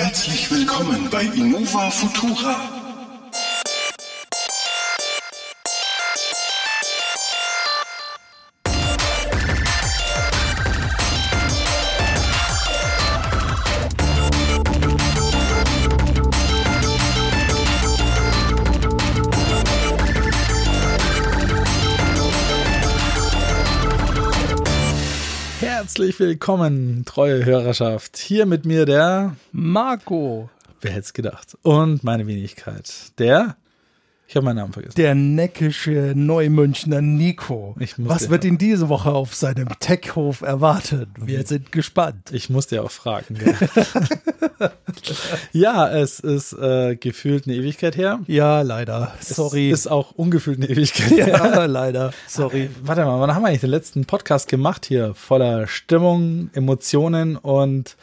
Herzlich willkommen bei Innova Futura. Herzlich willkommen, treue Hörerschaft. Hier mit mir der Marco. Wer hätte es gedacht? Und meine Wenigkeit. Ich habe meinen Namen vergessen. Der neckische Neumünchner Nico. Was wird ihn diese Woche auf seinem Techhof erwarten? Wir sind gespannt. Ich musste ja auch fragen. Ja, ja, es ist gefühlt eine Ewigkeit her. Ja, leider. Sorry. Es ist auch ungefühlt eine Ewigkeit her. Ja, leider. Sorry. Warte mal, wann haben wir eigentlich den letzten Podcast gemacht hier? Voller Stimmung, Emotionen und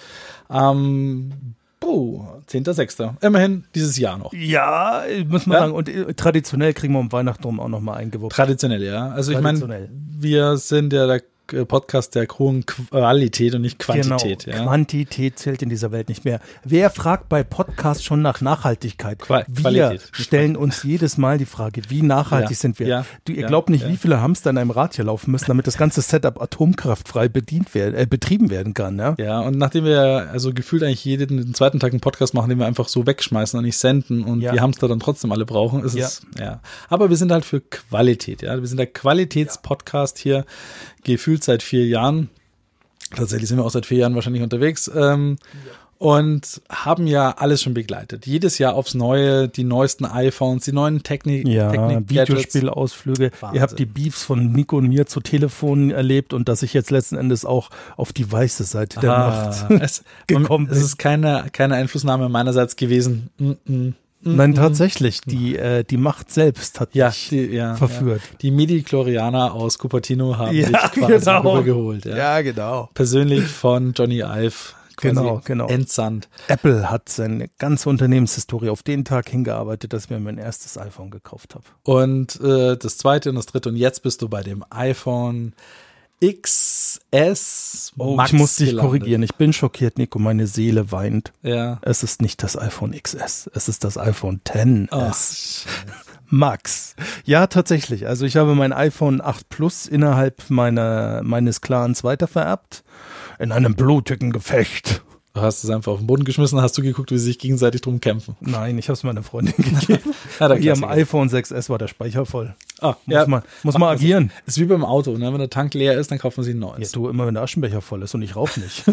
10.06. Immerhin dieses Jahr noch. Ja, muss man sagen. Und traditionell kriegen wir um Weihnachten rum auch nochmal eingewuppt. Traditionell, ja. Also ich meine, wir sind ja der Podcast der hohen Qualität und nicht Quantität. Genau. Ja. Quantität zählt in dieser Welt nicht mehr. Wer fragt bei Podcasts schon nach Nachhaltigkeit? Wir stellen uns jedes Mal die Frage, wie nachhaltig sind wir? Ja. Ihr glaubt nicht, wie viele Hamster in einem Rad hier laufen müssen, damit das ganze Setup atomkraftfrei betrieben werden kann. Ja, ja, und nachdem wir also gefühlt eigentlich jeden zweiten Tag einen Podcast machen, den wir einfach so wegschmeißen und nicht senden und die Hamster dann trotzdem alle brauchen, ist es, ja. Aber wir sind halt für Qualität, ja. Wir sind der Qualitätspodcast hier, gefühlt seit 4 Jahren. Tatsächlich sind wir auch seit 4 Jahren wahrscheinlich unterwegs. Und haben ja alles schon begleitet. Jedes Jahr aufs Neue, die neuesten iPhones, die neuen Technik Videospielausflüge. Ihr habt die Beefs von Nico und mir zu Telefonen erlebt und dass ich jetzt letzten Endes auch auf die weiße Seite der Macht gekommen bin. Es ist keine Einflussnahme meinerseits gewesen. Nein, tatsächlich. Die Macht selbst hat mich verführt. Ja. Die Midi-Chlorianer aus Cupertino haben dich quasi rübergeholt. Ja, genau. Persönlich von Johnny Ive genau. entsandt. Apple hat seine ganze Unternehmenshistorie auf den Tag hingearbeitet, dass ich mir mein erstes iPhone gekauft habe. Und das zweite und das dritte und jetzt bist du bei dem iPhone XS Max ich muss dich korrigieren. Ich bin schockiert, Nico. Meine Seele weint. Ja. Es ist nicht das iPhone XS. Es ist das iPhone XS Max. Ja, tatsächlich. Also ich habe mein iPhone 8 Plus innerhalb meines Clans weitervererbt. In einem blutigen Gefecht. Du hast es einfach auf den Boden geschmissen, hast du geguckt, wie sie sich gegenseitig drum kämpfen. Nein, ich habe es meiner Freundin gegeben. Hier am iPhone 6S war der Speicher voll. Muss man agieren. Ist wie beim Auto, ne? Wenn der Tank leer ist, dann kauft man sich einen neuen. Ja, du, immer wenn der Aschenbecher voll ist und ich rauche nicht.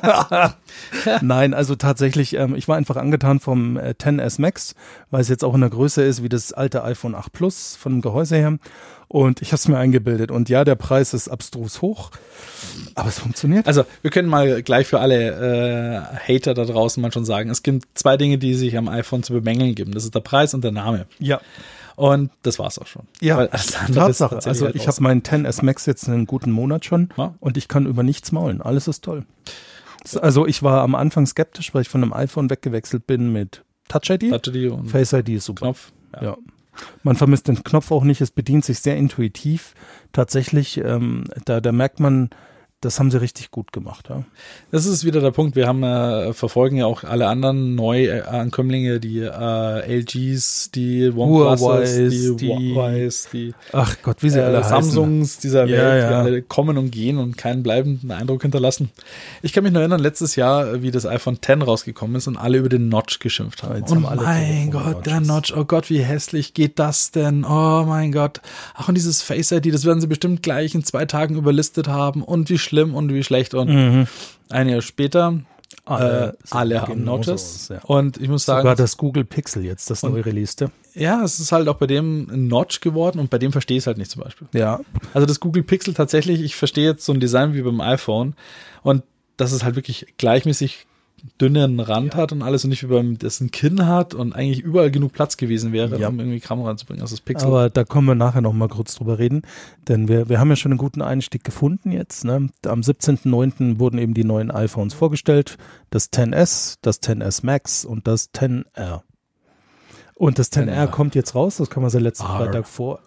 Nein, also tatsächlich, ich war einfach angetan vom XS Max, weil es jetzt auch in der Größe ist wie das alte iPhone 8 Plus von dem Gehäuse her. Und ich habe es mir eingebildet. Und ja, der Preis ist abstrus hoch, aber es funktioniert. Also wir können mal gleich für alle Hater da draußen mal schon sagen, es gibt 2 Dinge, die sich am iPhone zu bemängeln geben. Das ist der Preis und der Name. Ja. Und das war's auch schon. Ja, Tatsache. Also ich habe meinen XS Max jetzt einen guten Monat schon und ich kann über nichts maulen. Alles ist toll. Also ich war am Anfang skeptisch, weil ich von einem iPhone weggewechselt bin mit Touch ID und Face ID ist super. Knopf. Ja. Man vermisst den Knopf auch nicht, es bedient sich sehr intuitiv. Tatsächlich, da merkt man, das haben sie richtig gut gemacht. Ja. Das ist wieder der Punkt, wir haben verfolgen ja auch alle anderen Neuankömmlinge, die LGs, die OnePluses, die Huawei's, die ach Gott, wie sie alle Samsungs heißen. dieser Welt, die alle kommen und gehen und keinen bleibenden Eindruck hinterlassen. Ich kann mich noch erinnern, letztes Jahr, wie das iPhone X rausgekommen ist und alle über den Notch geschimpft haben. Oh mein Gott, der Notch, oh Gott, wie hässlich geht das denn? Oh mein Gott. Ach, und dieses Face ID, das werden sie bestimmt gleich in 2 Tagen überlistet haben und wie schlimm und wie schlecht und ein Jahr später alle haben Notches und ich muss sagen, sogar das Google Pixel jetzt, das neu releaste. Ja, es ist halt auch bei dem ein Notch geworden und bei dem verstehe ich es halt nicht zum Beispiel. Ja. Also das Google Pixel tatsächlich, ich verstehe jetzt so ein Design wie beim iPhone und dass es halt wirklich gleichmäßig dünnen Rand hat und alles und nicht wie beim, das ein Kinn hat und eigentlich überall genug Platz gewesen wäre, um irgendwie Kram ranzubringen. Also das Pixel. Aber da kommen wir nachher noch mal kurz drüber reden, denn wir haben ja schon einen guten Einstieg gefunden jetzt. Ne? Am 17.09. wurden eben die neuen iPhones vorgestellt, das XS, das XS Max und das XR. Und das XR kommt jetzt raus, das kam also letzten Freitag vor.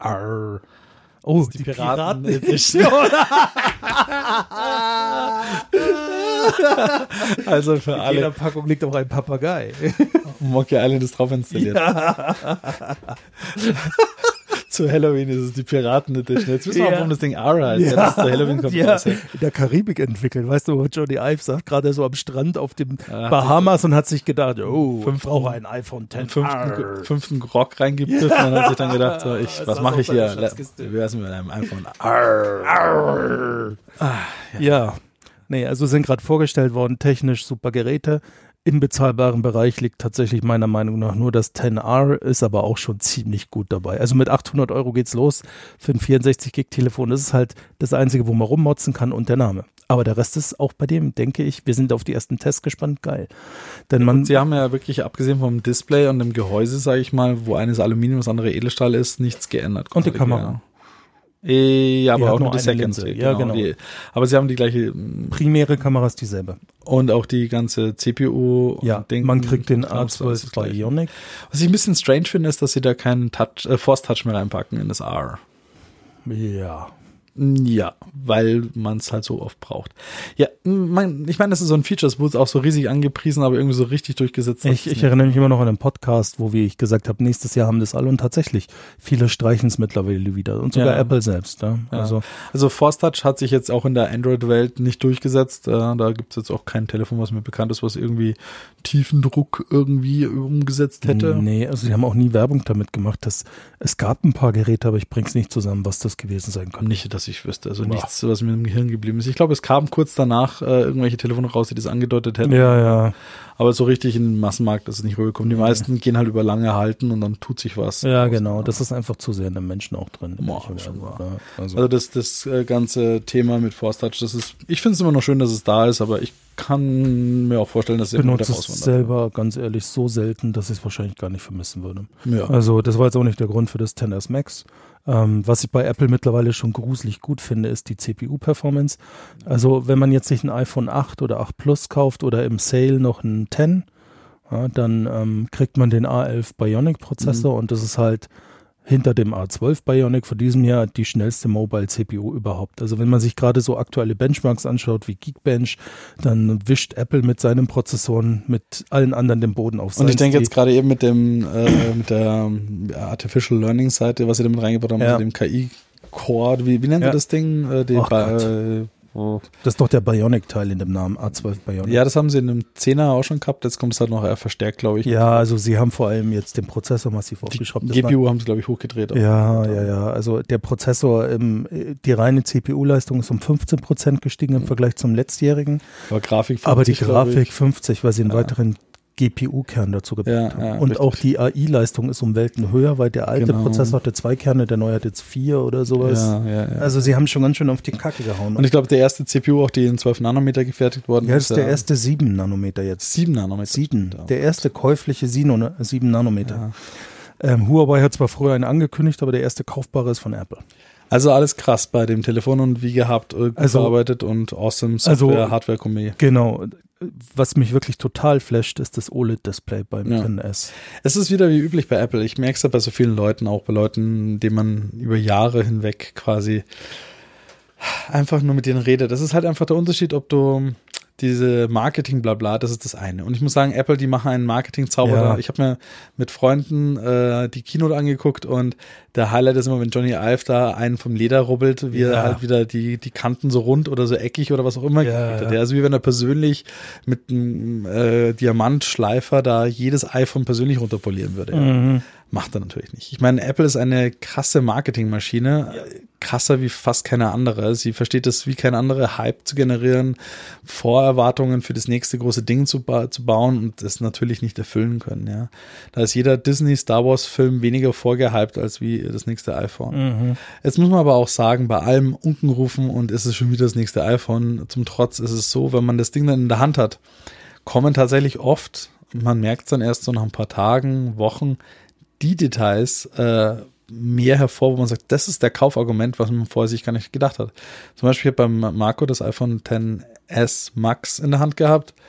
Oh, die Piraten-Edition. Also für alle. In jeder Packung liegt auch ein Papagei. Monkey Island ist drauf installiert. Ja. Zu Halloween ist es die Piraten-Edition. Jetzt wissen wir auch, warum das Ding R heißt. Ja. Das zu Halloween kommt in der Karibik entwickelt. Weißt du, wo Johnny Ive sagt, gerade so am Strand auf dem Bahamas und hat sich gedacht, ich brauche ein iPhone X. Fünften Grog reingepfiffen und hat sich dann gedacht, so, was mache ich hier? Wie wär's mit einem iPhone R? Ja. Nee, also sind gerade vorgestellt worden, technisch super Geräte. Im bezahlbaren Bereich liegt tatsächlich meiner Meinung nach nur das XR, ist aber auch schon ziemlich gut dabei. Also mit 800 € geht's los für ein 64-Gig-Telefon. Das ist halt das Einzige, wo man rummotzen kann und der Name. Aber der Rest ist auch bei dem, denke ich, wir sind auf die ersten Tests gespannt, geil. Denn Sie haben ja wirklich, abgesehen vom Display und dem Gehäuse, sage ich mal, wo eines Aluminium, das andere Edelstahl ist, nichts geändert. Und die Kamera. Ja, aber auch nur die Linse. Ja, genau. Aber sie haben die gleiche primäre Kamera ist dieselbe. Und auch die ganze CPU. Ja, man kriegt den A12 Bionic. Was ich ein bisschen strange finde, ist, dass sie da keinen Force Touch mehr reinpacken in das R. Ja. Ja, weil man es halt so oft braucht. Ja, ich meine, das ist so ein Feature, das wurde auch so riesig angepriesen, aber irgendwie so richtig durchgesetzt. Ich erinnere mich immer noch an einen Podcast, wo ich gesagt habe, nächstes Jahr haben das alle und tatsächlich, viele streichen es mittlerweile wieder und sogar Apple selbst. Ja? Also Force Touch hat sich jetzt auch in der Android-Welt nicht durchgesetzt. Da gibt es jetzt auch kein Telefon, was mir bekannt ist, was irgendwie Tiefendruck irgendwie umgesetzt hätte. Nee, also sie haben auch nie Werbung damit gemacht. Es gab ein paar Geräte, aber ich bringe es nicht zusammen, was das gewesen sein kann. Nicht, dass ich wüsste. Also nichts, was mir im Gehirn geblieben ist. Ich glaube, es kam kurz danach irgendwelche Telefone raus, die das angedeutet hätten. Ja. Aber so richtig in den Massenmarkt ist es nicht rübergekommen. Die meisten gehen halt über lange halten und dann tut sich was. Ja, genau. Das ist einfach zu sehr in den Menschen auch drin. Also das ganze Thema mit Force Touch, ich finde es immer noch schön, dass es da ist, aber ich kann mir auch vorstellen, dass ich benutze es selber ganz ehrlich so selten, dass ich es wahrscheinlich gar nicht vermissen würde. Ja. Also das war jetzt auch nicht der Grund für das XS Max. Was ich bei Apple mittlerweile schon gruselig gut finde, ist die CPU-Performance. Also wenn man jetzt sich ein iPhone 8 oder 8 Plus kauft oder im Sale noch ein 10, dann kriegt man den A11 Bionic-Prozessor und das ist halt hinter dem A12 Bionic von diesem Jahr die schnellste Mobile-CPU überhaupt. Also wenn man sich gerade so aktuelle Benchmarks anschaut wie Geekbench, dann wischt Apple mit seinen Prozessoren mit allen anderen den Boden auf. Und ich denke jetzt gerade eben mit der Artificial Learning Seite, was sie damit reingebaut haben, also dem KI-Core, wie nennt ihr das Ding? Das ist doch der Bionic-Teil in dem Namen, A12 Bionic. Ja, das haben sie in einem 10er auch schon gehabt, jetzt kommt es halt noch verstärkt, glaube ich. Ja, also sie haben vor allem jetzt den Prozessor massiv aufgeschraubt. Die GPU haben sie, glaube ich, hochgedreht. Ja, also der Prozessor, die reine CPU-Leistung ist um 15% gestiegen im Vergleich zum letztjährigen. Aber die Grafik 50, weil sie einen weiteren GPU-Kern dazu gebracht haben. Und richtig. Auch die AI-Leistung ist um Welten höher, weil der alte Prozessor hatte 2 Kerne, der neue hat jetzt 4 oder sowas. Ja. Also sie haben schon ganz schön auf die Kacke gehauen. Und ich glaube, der erste CPU, auch die in 12 Nanometer gefertigt worden ist. Ja, das ist der erste 7 Nanometer jetzt. 7 Nanometer? 7. Der erste käufliche 7 Nanometer. Ja. Huawei hat zwar früher einen angekündigt, aber der erste kaufbare ist von Apple. Also alles krass bei dem Telefon und wie gehabt gearbeitet und awesome Software, Hardware-Kombi. Genau. Was mich wirklich total flasht, ist das OLED-Display beim XS. Es ist wieder wie üblich bei Apple. Ich merke es ja bei so vielen Leuten, auch bei Leuten, denen man über Jahre hinweg quasi einfach nur mit denen redet. Das ist halt einfach der Unterschied, ob du diese Marketing-Blabla, das ist das eine. Und ich muss sagen, Apple, die machen einen Marketing-Zauber da. Ich habe mir mit Freunden die Keynote angeguckt und der Highlight ist immer, wenn Johnny Ive da einen vom Leder rubbelt, wie er halt wieder die Kanten so rund oder so eckig oder was auch immer gekriegt hat. Also wie wenn er persönlich mit einem Diamantschleifer da jedes iPhone persönlich runterpolieren würde. Ja. Macht er natürlich nicht. Ich meine, Apple ist eine krasse Marketingmaschine, krasser wie fast keine andere. Sie versteht es wie keine andere, Hype zu generieren, Vorerwartungen für das nächste große Ding zu bauen und das natürlich nicht erfüllen können. Ja. Da ist jeder Disney-Star-Wars-Film weniger vorgehypt als wie das nächste iPhone. Jetzt muss man aber auch sagen, bei allem Unkenrufen und ist es schon wieder das nächste iPhone, zum Trotz ist es so, wenn man das Ding dann in der Hand hat, kommen tatsächlich oft, man merkt es dann erst so nach ein paar Tagen, Wochen, die Details mehr hervor, wo man sagt, das ist der Kaufargument, was man vorher sich gar nicht gedacht hat. Zum Beispiel, ich habe beim Marco das iPhone XS Max in der Hand gehabt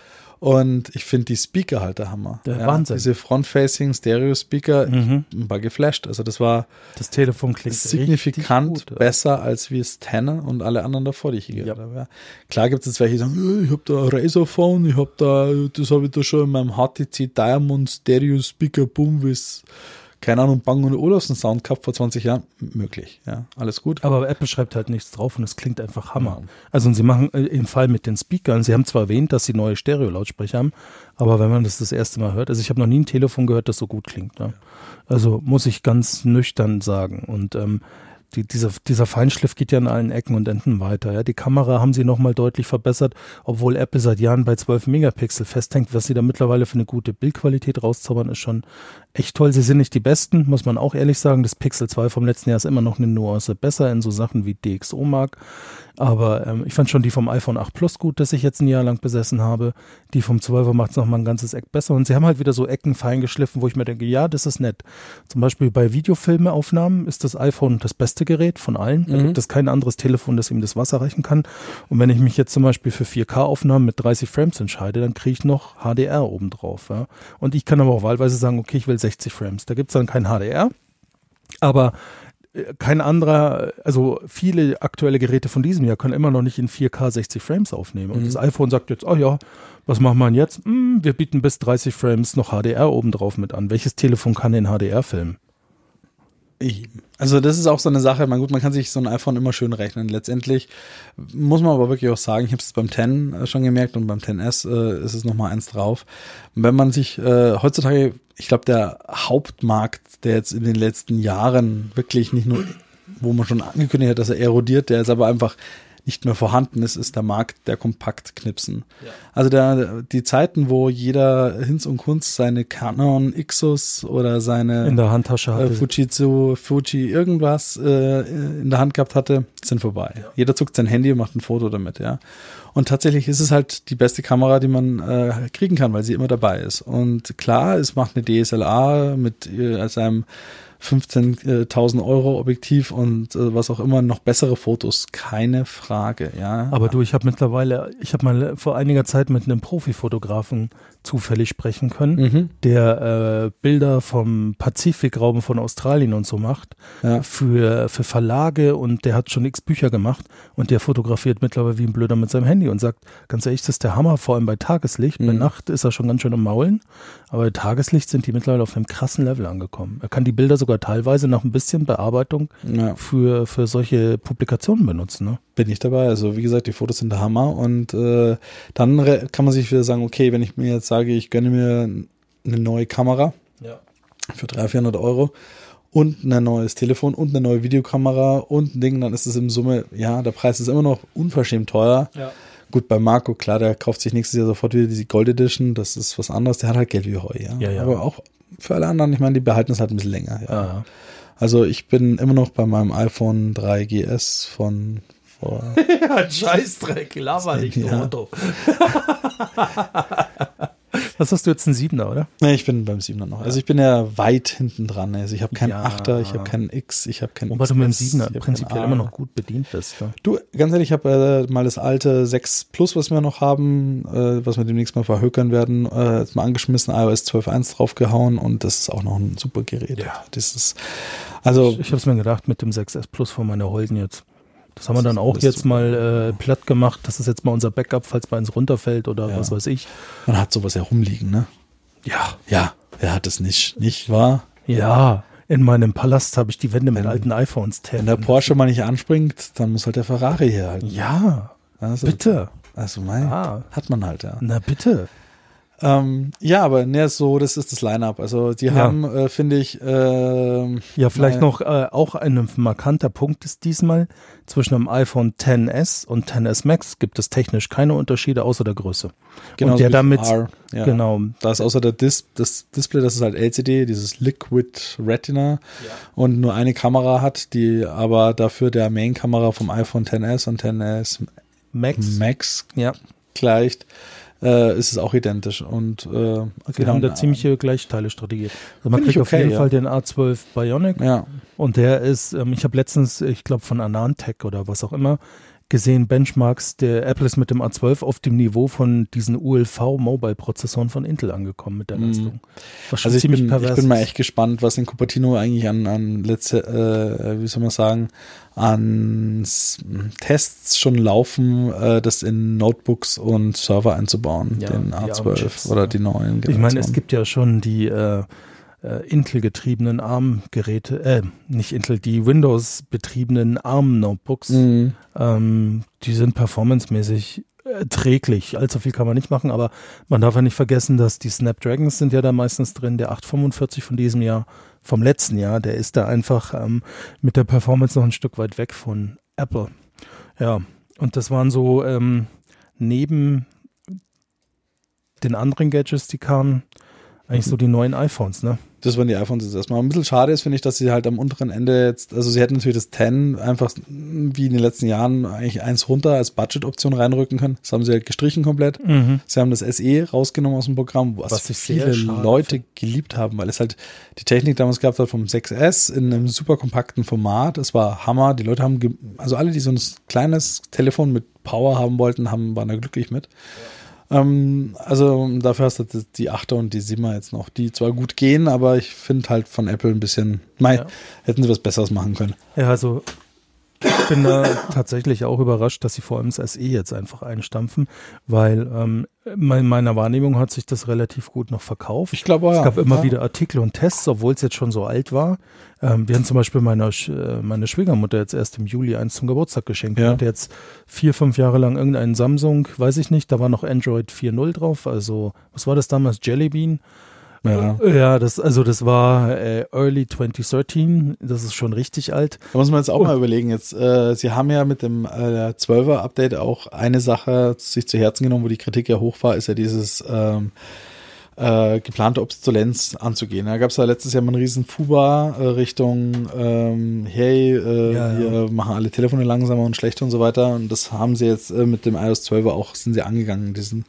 Und ich finde die Speaker halt der Hammer. Der Wahnsinn. Diese Front-Facing Stereo-Speaker, ich war geflasht. Also das Telefon klingt signifikant gut, besser als wie das Tenor und alle anderen davor, die ich hier gehört habe. Ja. Klar gibt es jetzt welche, die sagen, ich habe da ein Razerphone, das habe ich da schon in meinem HTC Diamond Stereo-Speaker, boom, wie es keine Ahnung, Bang & Olufsen Sound gehabt vor 20 Jahren, möglich, ja, alles gut. Aber Apple schreibt halt nichts drauf und es klingt einfach Hammer. Ja. Also und sie machen im Fall mit den Speakern, sie haben zwar erwähnt, dass sie neue Stereo-Lautsprecher haben, aber wenn man das erste Mal hört, also ich habe noch nie ein Telefon gehört, das so gut klingt. Ja. Also muss ich ganz nüchtern sagen und dieser Feinschliff geht ja an allen Ecken und Enden weiter. Ja. Die Kamera haben sie nochmal deutlich verbessert, obwohl Apple seit Jahren bei 12 Megapixel festhängt. Was sie da mittlerweile für eine gute Bildqualität rauszaubern, ist schon echt toll. Sie sind nicht die Besten, muss man auch ehrlich sagen. Das Pixel 2 vom letzten Jahr ist immer noch eine Nuance besser in so Sachen wie DxO-Mark. Aber ich fand schon die vom iPhone 8 Plus gut, das ich jetzt ein Jahr lang besessen habe. Die vom 12er macht es nochmal ein ganzes Eck besser. Und sie haben halt wieder so Ecken fein geschliffen, wo ich mir denke, ja, das ist nett. Zum Beispiel bei Videofilmeaufnahmen ist das iPhone das beste Gerät von allen. Da gibt es kein anderes Telefon, das ihm das Wasser reichen kann. Und wenn ich mich jetzt zum Beispiel für 4K-Aufnahmen mit 30 Frames entscheide, dann kriege ich noch HDR obendrauf. Ja. Und ich kann aber auch wahlweise sagen, okay, ich will 60 Frames. Da gibt es dann kein HDR, aber kein anderer, also viele aktuelle Geräte von diesem Jahr können immer noch nicht in 4K 60 Frames aufnehmen. Und das iPhone sagt jetzt, oh ja, was machen wir jetzt? Wir bieten bis 30 Frames noch HDR obendrauf mit an. Welches Telefon kann den HDR filmen? Also das ist auch so eine Sache, man kann sich so ein iPhone immer schön rechnen. Letztendlich muss man aber wirklich auch sagen, ich habe es beim 10 schon gemerkt und beim 10S ist es nochmal eins drauf. Wenn man sich heutzutage, ich glaube der Hauptmarkt, der jetzt in den letzten Jahren wirklich nicht nur, wo man schon angekündigt hat, dass er erodiert, der ist aber einfach nicht mehr vorhanden ist der Markt der Kompaktknipsen. Ja. Also die Zeiten, wo jeder Hinz und Kunz seine Canon Ixus oder seine in der Handtasche hatte. Fuji irgendwas in der Hand gehabt hatte, sind vorbei. Ja. Jeder zuckt sein Handy und macht ein Foto damit, ja. Und tatsächlich ist es halt die beste Kamera, die man kriegen kann, weil sie immer dabei ist. Und klar, es macht eine DSLR mit einem 15.000 Euro Objektiv und was auch immer, noch bessere Fotos, keine Frage, ja. Aber du, ich habe mal vor einiger Zeit mit einem Profifotografen zufällig sprechen können, der Bilder vom Pazifikraum von Australien und so macht, für Verlage, und der hat schon x Bücher gemacht und der fotografiert mittlerweile wie ein Blöder mit seinem Handy und sagt, ganz ehrlich, das ist der Hammer, vor allem bei Tageslicht. Bei Nacht ist er schon ganz schön am Maulen, aber bei Tageslicht sind die mittlerweile auf einem krassen Level angekommen. Er kann die Bilder sogar teilweise nach ein bisschen Bearbeitung für solche Publikationen benutzen. Ne? Bin ich dabei. Also wie gesagt, die Fotos sind der Hammer und dann kann man sich wieder sagen, okay, wenn ich mir jetzt sage, ich gönne mir eine neue Kamera für 300-400 Euro und ein neues Telefon und eine neue Videokamera und ein Ding, dann ist es im Summe, ja, der Preis ist immer noch unverschämt teuer. Ja. Gut, bei Marco, klar, der kauft sich nächstes Jahr sofort wieder die Gold Edition, das ist was anderes, der hat halt Geld wie Heu, ja. Aber auch für alle anderen, ich meine, die behalten es halt ein bisschen länger, ja. Also ich bin immer noch bei meinem iPhone 3GS von vor... Ja, Scheißdreck, laber nicht, Otto. Was hast du jetzt, ein 7er, oder? Nee, ich bin beim 7er noch. Also ich bin ja weit hinten dran. Also ich habe keinen 8er, ich habe keinen X, ich habe keinen X. Wobei du mit dem 7er prinzipiell immer noch gut bedient bist. Ja. Du, ganz ehrlich, ich habe mal das alte 6 Plus, was wir noch haben, was wir demnächst mal verhökern werden, jetzt mal angeschmissen, iOS 12.1 draufgehauen und das ist auch noch ein super Gerät. Ja. Das ist, also ich habe es mir gedacht, mit dem 6S Plus von meiner Holden jetzt. Das haben wir dann auch jetzt mal platt gemacht. Das ist jetzt mal unser Backup, falls bei uns runterfällt oder was weiß ich. Man hat sowas ja rumliegen, ne? Ja. Ja, wer hat es nicht wahr? Ja, in meinem Palast habe ich die Wände mit alten iPhones. Wenn der Porsche mal nicht anspringt, dann muss halt der Ferrari herhalten. Ja, also, bitte. Also hat man halt, ja. Na bitte. Ja, aber so, das ist das Line-Up. Also die haben, finde ich... ja, vielleicht noch auch ein markanter Punkt ist diesmal, zwischen dem iPhone XS und XS Max gibt es technisch keine Unterschiede außer der Größe. Genau, und der damit, genau. Da ist außer das Display, das ist halt LCD, dieses Liquid Retina und nur eine Kamera hat, die aber dafür der Main-Kamera vom iPhone XS und XS Max gleicht. Ist es auch identisch und wir haben da ziemliche Gleichteile-Strategie. Also man kriegt auf jeden Fall den A12 Bionic und der ist, ich habe letztens, ich glaube von Anantech oder was auch immer, gesehen, Benchmarks, der Apple ist mit dem A12 auf dem Niveau von diesen ULV-Mobile-Prozessoren von Intel angekommen mit der Leistung. Also ich bin mal echt gespannt, was in Cupertino eigentlich an Tests schon laufen, das in Notebooks und Server einzubauen, den A12 oder die neuen Generationen. Ich meine, es gibt ja schon die Intel-getriebenen ARM-Geräte, nicht Intel, die Windows-betriebenen ARM-Notebooks, die sind performancemäßig erträglich. Allzu viel kann man nicht machen, aber man darf ja nicht vergessen, dass die Snapdragons sind ja da meistens drin, der 845 von diesem Jahr, vom letzten Jahr, der ist da einfach mit der Performance noch ein Stück weit weg von Apple. Ja, und das waren so neben den anderen Gadgets, die kamen, eigentlich so die neuen iPhones, ne? Das waren die iPhones jetzt erstmal. Ein bisschen schade ist, finde ich, dass sie halt am unteren Ende jetzt, also sie hätten natürlich das 10 einfach wie in den letzten Jahren eigentlich eins runter als Budget-Option reinrücken können. Das haben sie halt gestrichen komplett. Sie haben das SE rausgenommen aus dem Programm, was viele Leute geliebt haben, weil es halt die Technik damals gehabt hat vom 6S in einem super kompakten Format. Es war Hammer. Die Leute haben, also alle, die so ein kleines Telefon mit Power haben wollten, waren da glücklich mit. Also dafür hast du die 8er und die 7er jetzt noch, die zwar gut gehen, aber ich finde halt von Apple ein bisschen, hätten sie was Besseres machen können. Ja, also ich bin da tatsächlich auch überrascht, dass sie vor allem das SE jetzt einfach einstampfen, weil in meiner Wahrnehmung hat sich das relativ gut noch verkauft. Ich glaube, es gab immer wieder Artikel und Tests, obwohl es jetzt schon so alt war. Wir haben zum Beispiel meine Schwiegermutter jetzt erst im Juli eins zum Geburtstag geschenkt. Die hatte jetzt 4-5 Jahre lang irgendeinen Samsung, weiß ich nicht, da war noch Android 4.0 drauf, also was war das damals, Jelly Bean? Ja, das war Early 2013, das ist schon richtig alt. Da muss man jetzt auch mal überlegen, jetzt, sie haben ja mit dem 12er Update auch eine Sache sich zu Herzen genommen, wo die Kritik ja hoch war, ist ja dieses geplante Obsolenz anzugehen. Da gab es ja letztes Jahr mal einen riesen Fuba Richtung wir machen alle Telefone langsamer und schlechter und so weiter, und das haben sie jetzt mit dem iOS 12er auch, sind sie angegangen, diesen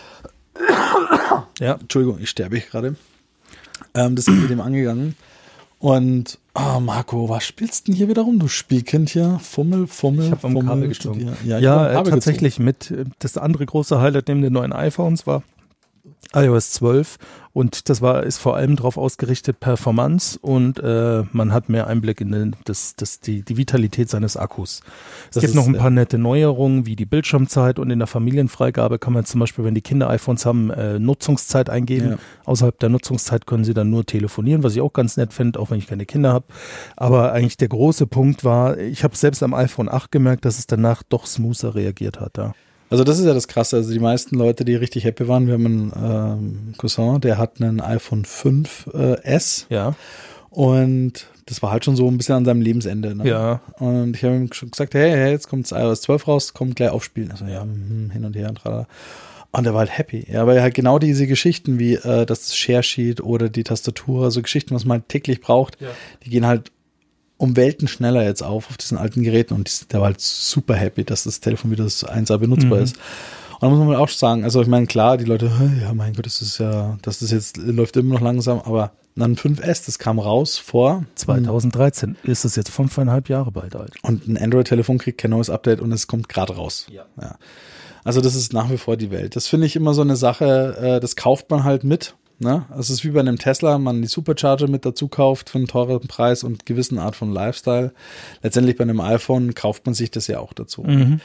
Entschuldigung, ich sterbe gerade. Das sind wir dem angegangen. Und, Marco, was spielst du denn hier wieder rum, du Spielkind hier? Fummel. Ich habe am Kabel gezogen. Ja, tatsächlich mit. Das andere große Highlight neben den neuen iPhones war iOS 12 und das ist vor allem darauf ausgerichtet Performance und man hat mehr Einblick in die Vitalität seines Akkus. Es gibt noch ein paar nette Neuerungen wie die Bildschirmzeit, und in der Familienfreigabe kann man zum Beispiel, wenn die Kinder iPhones haben, Nutzungszeit eingeben. Ja. Außerhalb der Nutzungszeit können sie dann nur telefonieren, was ich auch ganz nett finde, auch wenn ich keine Kinder habe. Aber eigentlich der große Punkt war, ich habe selbst am iPhone 8 gemerkt, dass es danach doch smoother reagiert hat. Ja. Also das ist ja das Krasse, also die meisten Leute, die richtig happy waren, wir haben einen Cousin, der hat einen iPhone 5S. Ja. Und das war halt schon so ein bisschen an seinem Lebensende. Ne? Ja. Und ich habe ihm schon gesagt, hey, jetzt kommt das iOS 12 raus, kommt gleich aufspielen. Also hin und her und tralala. Und er war halt happy. Ja, weil halt genau diese Geschichten wie das Share Sheet oder die Tastatur, also Geschichten, was man halt täglich braucht, die gehen halt um Welten schneller jetzt auf diesen alten Geräten, und der war halt super happy, dass das Telefon wieder das 1A benutzbar ist. Und da muss man auch sagen, also ich meine, klar, die Leute, ja mein Gott, das jetzt läuft immer noch langsam, aber dann 5S, das kam raus vor 2013, ist es jetzt 5,5 Jahre bald alt. Und ein Android-Telefon kriegt kein neues Update und es kommt gerade raus. Ja. Also das ist nach wie vor die Welt. Das finde ich immer so eine Sache, das kauft man halt mit. Ne? Es ist wie bei einem Tesla, man die Supercharger mit dazu kauft für einen teureren Preis und gewissen Art von Lifestyle. Letztendlich bei einem iPhone kauft man sich das ja auch dazu.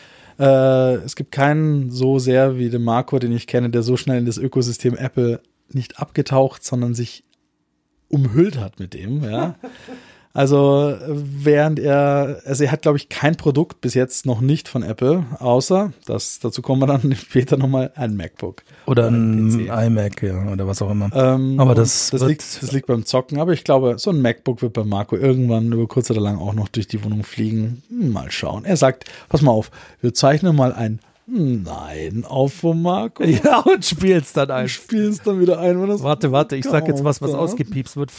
Es gibt keinen so sehr wie den Marco, den ich kenne, der so schnell in das Ökosystem Apple nicht abgetaucht, sondern sich umhüllt hat mit dem, ja. Also er hat, glaube ich, kein Produkt bis jetzt noch nicht von Apple, außer, dazu kommen wir dann später nochmal, ein MacBook. Oder ein iMac, oder was auch immer. Aber das liegt beim Zocken, aber ich glaube, so ein MacBook wird bei Marco irgendwann über kurz oder lang auch noch durch die Wohnung fliegen. Mal schauen. Er sagt, pass mal auf, wir zeichnen mal ein Nein auf von Marco. Ja, und spiel's dann ein. Spiel's dann wieder ein. Wenn das warte, ich sag jetzt was ausgepiepst wird.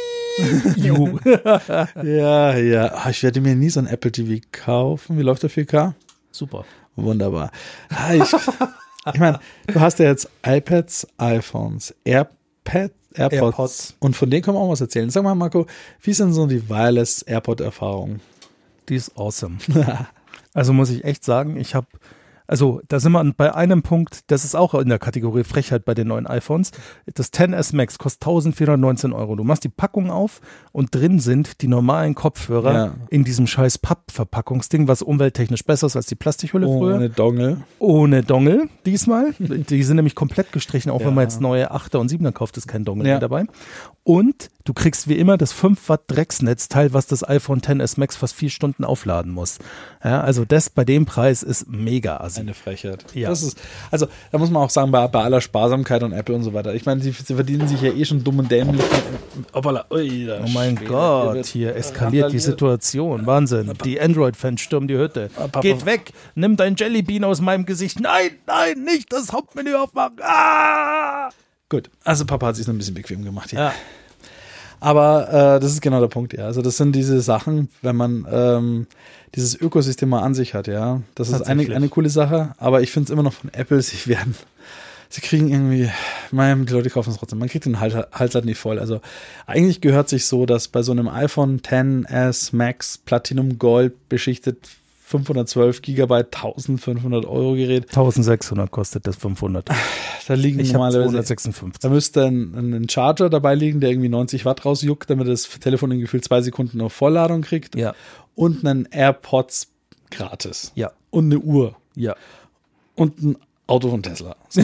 Ja. Ich werde mir nie so ein Apple TV kaufen. Wie läuft der 4K? Super. Wunderbar. Ich meine, du hast ja jetzt iPads, iPhones, AirPods. Und von denen kann man auch was erzählen. Sag mal, Marco, wie sind so die Wireless AirPod-Erfahrungen? Die ist awesome. Also muss ich echt sagen, da sind wir bei einem Punkt, das ist auch in der Kategorie Frechheit bei den neuen iPhones. Das XS Max kostet 1.419 €. Du machst die Packung auf und drin sind die normalen Kopfhörer in diesem scheiß Pappverpackungsding, was umwelttechnisch besser ist als die Plastikhülle früher. Ohne Dongle. Ohne Dongle diesmal. Die sind nämlich komplett gestrichen, auch wenn man jetzt neue 8er und 7er kauft, ist kein Dongle mehr dabei. Und du kriegst wie immer das 5 Watt Drecksnetzteil, was das iPhone XS Max fast 4 Stunden aufladen muss. Ja, also das bei dem Preis ist mega assi. Eine Frechheit. Ja. Das ist, also da muss man auch sagen, bei aller Sparsamkeit und Apple und so weiter. Ich meine, sie verdienen sich ja schon dumm und dämlich. Oh mein Gott, hier eskaliert die Situation. Wahnsinn. Die Android-Fans stürmen die Hütte. Geht weg, nimm dein Jellybean aus meinem Gesicht. Nein, nicht das Hauptmenü aufmachen. Ah! Gut, also Papa hat sich noch ein bisschen bequem gemacht hier. Ja. Aber das ist genau der Punkt, ja. Also das sind diese Sachen, wenn man dieses Ökosystem mal an sich hat, ja. Das ist eine coole Sache, aber ich finde es immer noch von Apple, sie kriegen irgendwie, die Leute kaufen es trotzdem, man kriegt den Hals halt nicht voll. Also eigentlich gehört sich so, dass bei so einem iPhone XS Max Platinum Gold beschichtet 512 Gigabyte, 1.500 € Gerät. 1.600 kostet das 500. Da liegen normalerweise 256. Da müsste ein Charger dabei liegen, der irgendwie 90 Watt rausjuckt, damit das Telefon in gefühlt 2 Sekunden auf Vollladung kriegt. Ja. Und einen AirPods gratis. Ja. Und eine Uhr. Ja. Und ein Auto von Tesla. So.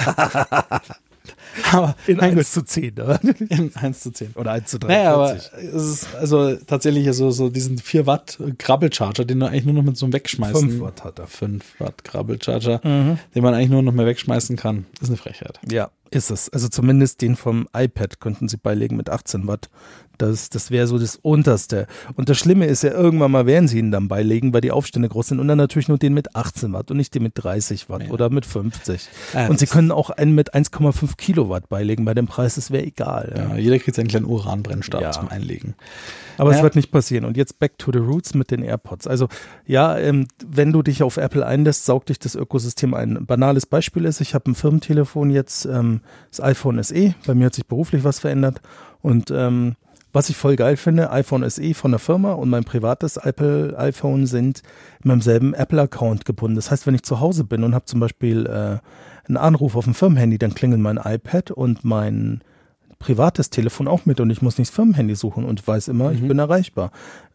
Aber in 1:10, oder? In 1:10. Oder 1:43. Naja, aber es ist also tatsächlich so diesen 4 Watt Krabbelcharger, den du eigentlich nur noch mit so einem Wegschmeißen. 5 Watt hat er. 5 Watt Krabbelcharger, den man eigentlich nur noch mehr wegschmeißen kann. Ist eine Frechheit. Ja, ist es. Also zumindest den vom iPad könnten sie beilegen mit 18 Watt. Das wäre so das Unterste. Und das Schlimme ist ja, irgendwann mal werden sie ihn dann beilegen, weil die Aufstände groß sind und dann natürlich nur den mit 18 Watt und nicht den mit 30 Watt oder mit 50. Und sie können auch einen mit 1,5 Kilowatt beilegen. Bei dem Preis, das wäre egal. Ja, jeder kriegt seinen kleinen Uranbrennstab zum Einlegen. Aber es wird nicht passieren. Und jetzt back to the roots mit den AirPods. Also wenn du dich auf Apple einlässt, saugt dich das Ökosystem ein. Ein banales Beispiel ist, ich habe ein Firmentelefon jetzt, das iPhone SE. Bei mir hat sich beruflich was verändert. Und was ich voll geil finde, iPhone SE von der Firma und mein privates iPhone sind in meinem selben Apple-Account gebunden. Das heißt, wenn ich zu Hause bin und habe zum Beispiel einen Anruf auf dem Firmenhandy, dann klingelt mein iPad und mein privates Telefon auch mit und ich muss nicht das Firmenhandy suchen und weiß immer, ich bin erreichbar.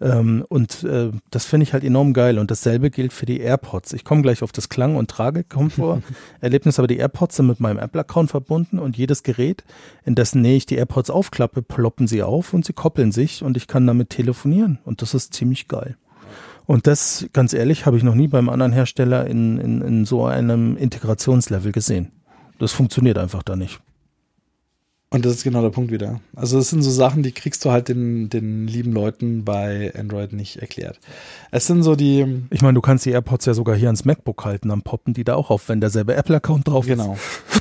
Das finde ich halt enorm geil und dasselbe gilt für die AirPods. Ich komme gleich auf das Klang- und Tragekomfort-Erlebnis, aber die AirPods sind mit meinem Apple-Account verbunden und jedes Gerät, in dessen Nähe ich die AirPods aufklappe, ploppen sie auf und sie koppeln sich und ich kann damit telefonieren und das ist ziemlich geil. Und das, ganz ehrlich, habe ich noch nie beim anderen Hersteller in so einem Integrationslevel gesehen. Das funktioniert einfach da nicht. Und das ist genau der Punkt wieder. Also das sind so Sachen, die kriegst du halt den lieben Leuten bei Android nicht erklärt. Es sind so die... Ich meine, du kannst die AirPods ja sogar hier ans MacBook halten, dann poppen die da auch auf, wenn derselbe Apple-Account drauf ist. Genau.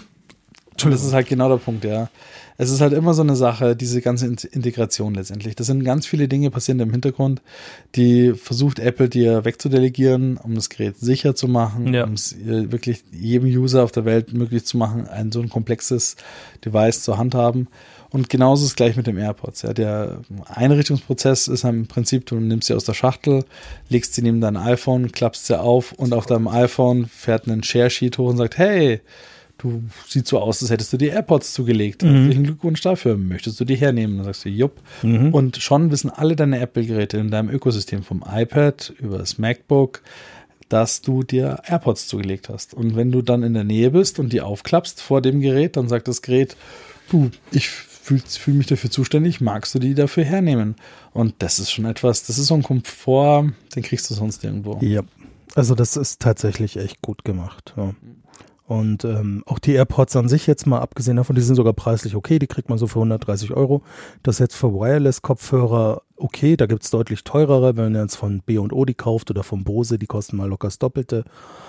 Und das ist halt genau der Punkt, ja. Es ist halt immer so eine Sache, diese ganze Integration letztendlich. Das sind ganz viele Dinge passieren im Hintergrund, die versucht Apple dir wegzudelegieren, um das Gerät sicher zu machen, um es wirklich jedem User auf der Welt möglich zu machen, so ein komplexes Device zur Hand haben. Und genauso ist es gleich mit dem AirPods. Ja. Der Einrichtungsprozess ist im Prinzip, du nimmst sie aus der Schachtel, legst sie neben dein iPhone, klappst sie auf und auf deinem iPhone fährt ein Share-Sheet hoch und sagt, hey, du siehst so aus, als hättest du die AirPods zugelegt. Herzlichen Glückwunsch dafür. Möchtest du die hernehmen? Dann sagst du, jupp. Und schon wissen alle deine Apple-Geräte in deinem Ökosystem vom iPad über das MacBook, dass du dir AirPods zugelegt hast. Und wenn du dann in der Nähe bist und die aufklappst vor dem Gerät, dann sagt das Gerät, du, ich fühle mich dafür zuständig, magst du die dafür hernehmen? Und das ist schon etwas, das ist so ein Komfort, den kriegst du sonst irgendwo. Ja, also das ist tatsächlich echt gut gemacht. Ja. Und auch die AirPods an sich jetzt mal abgesehen davon, die sind sogar preislich okay, die kriegt man so für 130 €. Das ist jetzt für Wireless-Kopfhörer okay, da gibt es deutlich teurere, wenn man jetzt von B&O die kauft oder von Bose, die kosten mal locker das Doppelte.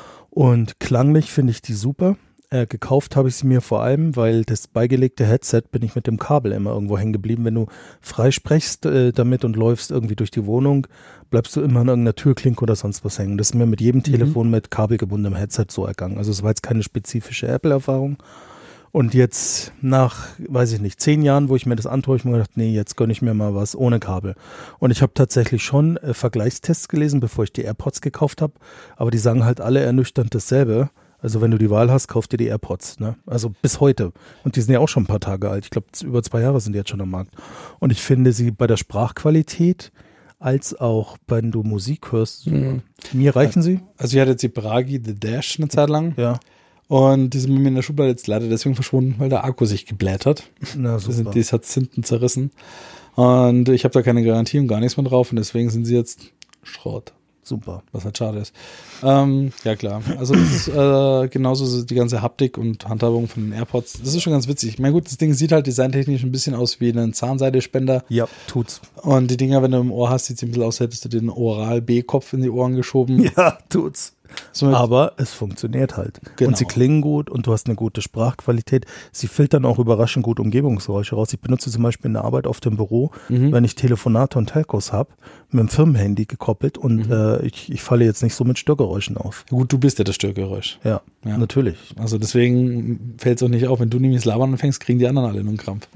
Und klanglich finde ich die super. Gekauft habe ich sie mir vor allem, weil das beigelegte Headset bin ich mit dem Kabel immer irgendwo hängen geblieben. Wenn du frei sprichst damit und läufst irgendwie durch die Wohnung, bleibst du immer an irgendeiner Türklinke oder sonst was hängen. Das ist mir mit jedem Telefon mit kabelgebundenem Headset so ergangen. Also es war jetzt keine spezifische Apple-Erfahrung. Und jetzt nach, weiß ich nicht, 10 Jahren, wo ich mir das antue, ich mir gedacht, nee, jetzt gönne ich mir mal was ohne Kabel. Und ich habe tatsächlich schon Vergleichstests gelesen, bevor ich die AirPods gekauft habe. Aber die sagen halt alle ernüchternd dasselbe. Also wenn du die Wahl hast, kauf dir die AirPods. Ne? Also bis heute. Und die sind ja auch schon ein paar Tage alt. Ich glaube, über 2 Jahre sind die jetzt schon am Markt. Und ich finde sie bei der Sprachqualität als auch, wenn du Musik hörst, mir reichen sie. Also ich hatte jetzt die Bragi The Dash eine Zeit lang. Ja. Und die sind mit mir in der Schublade jetzt leider deswegen verschwunden, weil der Akku sich gebläht hat. Na, super. Das hat hinten zerrissen. Und ich habe da keine Garantie und gar nichts mehr drauf. Und deswegen sind sie jetzt Schrott. Super. Was halt schade ist. Ja, klar. Also das ist genauso die ganze Haptik und Handhabung von den AirPods. Das ist schon ganz witzig. Ich meine, gut, das Ding sieht halt designtechnisch ein bisschen aus wie ein Zahnseidespender. Ja, tut's. Und die Dinger, wenn du im Ohr hast, sieht es ein bisschen aus, als hättest du den Oral-B-Kopf in die Ohren geschoben. Ja, tut's. Somit, aber es funktioniert halt. Genau. Und sie klingen gut und du hast eine gute Sprachqualität. Sie filtern auch überraschend gut Umgebungsgeräusche raus. Ich benutze zum Beispiel in der Arbeit auf dem Büro, wenn ich Telefonate und Telcos habe, mit dem Firmenhandy gekoppelt und ich falle jetzt nicht so mit Störgeräuschen auf. Gut, du bist ja das Störgeräusch. Ja, natürlich. Also deswegen fällt es auch nicht auf. Wenn du nämlich das Labern anfängst, kriegen die anderen alle nur einen Krampf.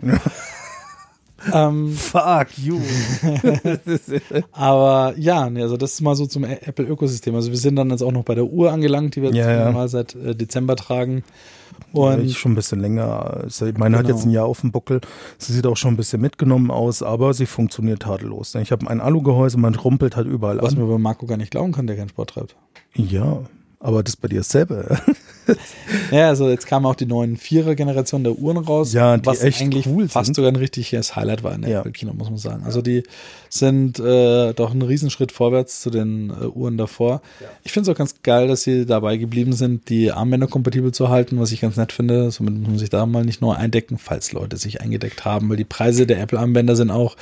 Fuck you. Aber ja, also das ist mal so zum Apple-Ökosystem. Also wir sind dann jetzt auch noch bei der Uhr angelangt, die wir jetzt mal seit Dezember tragen. Und ich schon ein bisschen länger. Meine hat jetzt ein Jahr auf dem Buckel. Sie sieht auch schon ein bisschen mitgenommen aus, aber sie funktioniert tadellos. Ich habe ein Alugehäuse, man rumpelt halt überall an. Was mir bei Marco gar nicht glauben kann, der keinen Sport treibt. Ja, aber das bei dir dasselbe. Ja, also jetzt kamen auch die neuen 4er-Generation der Uhren raus, ja, die was echt eigentlich cool fast sind. sogar ein richtiges Highlight war in der Apple-Kino, muss man sagen. Also die sind doch ein Riesenschritt vorwärts zu den Uhren davor. Ja. Ich finde es auch ganz geil, dass sie dabei geblieben sind, die Armbänder kompatibel zu halten, was ich ganz nett finde. Somit muss man sich da mal nicht nur eindecken, falls Leute sich eingedeckt haben, weil die Preise der Apple-Armbänder sind auch,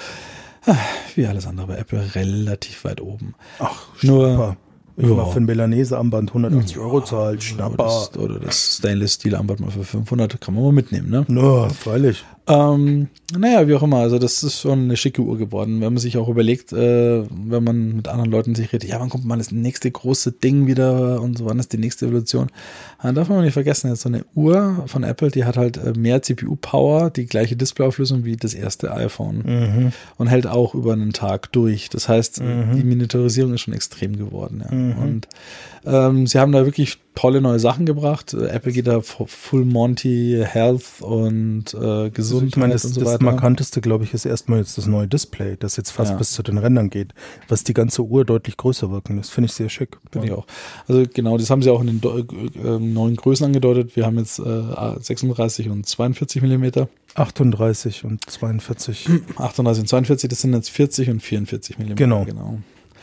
wie alles andere bei Apple, relativ weit oben. Ach, nur ich mal für ein Melanese-Armband 180 Euro zahlt, Schnapper. Oder das Stainless-Steel-Armband mal für 500, kann man mal mitnehmen, ne? Ja, freilich. Naja, wie auch immer, also das ist schon eine schicke Uhr geworden, wenn man sich auch überlegt, wenn man mit anderen Leuten sich redet, ja, wann kommt mal das nächste große Ding wieder und so, wann ist die nächste Evolution? Dann darf man nicht vergessen, jetzt so eine Uhr von Apple, die hat halt mehr CPU-Power, die gleiche Displayauflösung wie das erste iPhone und hält auch über einen Tag durch. Das heißt, die Miniaturisierung ist schon extrem geworden. Ja. Und sie haben da wirklich tolle neue Sachen gebracht. Apple geht da Full Monty, Health und Gesundheit ich meine, und so weiter. Das Markanteste, glaube ich, ist erstmal jetzt das neue Display, das jetzt fast bis zu den Rändern geht, was die ganze Uhr deutlich größer wirken lässt. Finde ich sehr schick. Finde ich auch. Also genau, das haben sie auch in den neuen Größen angedeutet. Wir haben jetzt 36 und 42 Millimeter. 38 und 42. 38 und 42, das sind jetzt 40 und 44 Millimeter. Genau.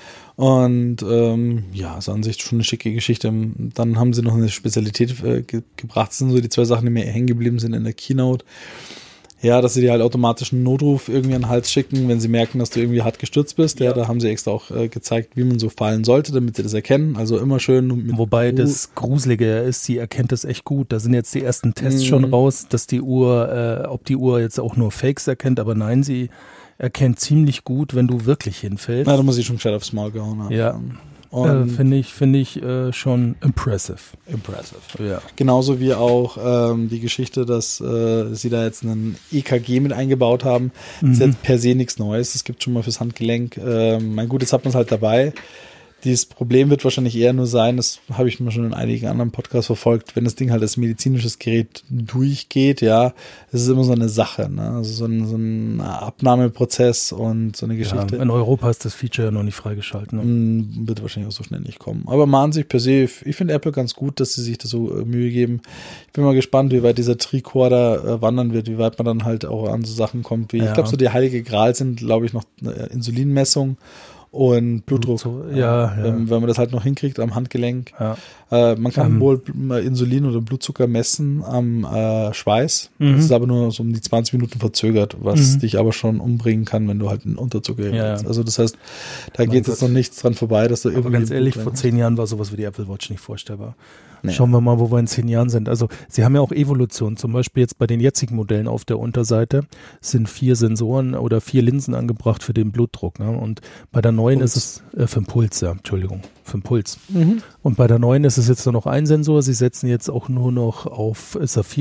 Und ja, also an sich schon eine schicke Geschichte. Dann haben sie noch eine Spezialität gebracht. Das sind so die 2 Sachen, die mir hängen geblieben sind in der Keynote. Ja, dass sie dir halt automatisch einen Notruf irgendwie an den Hals schicken, wenn sie merken, dass du irgendwie hart gestürzt bist. Ja, da haben sie extra auch gezeigt, wie man so fallen sollte, damit sie das erkennen. Also immer schön. Wobei das Gruselige ist, sie erkennt das echt gut. Da sind jetzt die ersten Tests schon raus, dass die Uhr, ob die Uhr jetzt auch nur Fakes erkennt, aber nein, sie erkennt ziemlich gut, wenn du wirklich hinfällst. Na, da muss ich schon gescheit aufs Maul gehauen haben. Ja. Finde ich schon impressive. Ja. Genauso wie auch die Geschichte, dass sie da jetzt einen EKG mit eingebaut haben. Das ist jetzt per se nichts Neues. Das gibt schon mal fürs Handgelenk. Mein gut, jetzt hat man es halt dabei. Dieses Problem wird wahrscheinlich eher nur sein, das habe ich mir schon in einigen anderen Podcasts verfolgt, wenn das Ding halt als medizinisches Gerät durchgeht, ja, es ist immer so eine Sache, ne? Also so ein Abnahmeprozess und so eine Geschichte. Ja, in Europa ist das Feature ja noch nicht freigeschaltet. Ne? Wird wahrscheinlich auch so schnell nicht kommen. Aber mal an sich per se, ich finde Apple ganz gut, dass sie sich da so Mühe geben. Ich bin mal gespannt, wie weit dieser Tricorder wandern wird, wie weit man dann halt auch an so Sachen kommt, wie, ich glaube, so die heilige Gral sind, glaube ich, noch Insulinmessung und Blutdruck. Wenn man das halt noch hinkriegt am Handgelenk. Ja. Man kann wohl Insulin oder Blutzucker messen am Schweiß. Das ist aber nur so um die 20 Minuten verzögert, was dich aber schon umbringen kann, wenn du halt einen Unterzucker hast. Also das heißt, da geht jetzt noch nichts dran vorbei, dass du irgendwie. Aber ganz ehrlich, vor 10 Jahren war sowas wie die Apple Watch nicht vorstellbar. Nee. Schauen wir mal, wo wir in 10 Jahren sind. Also sie haben ja auch Evolution. Zum Beispiel jetzt bei den jetzigen Modellen auf der Unterseite sind 4 Sensoren oder 4 Linsen angebracht für den Blutdruck. Ne? Und bei der neuen ist es für den Puls, ja, Entschuldigung, für den Puls. Und bei der neuen ist es jetzt nur noch ein Sensor. Sie setzen jetzt auch nur noch auf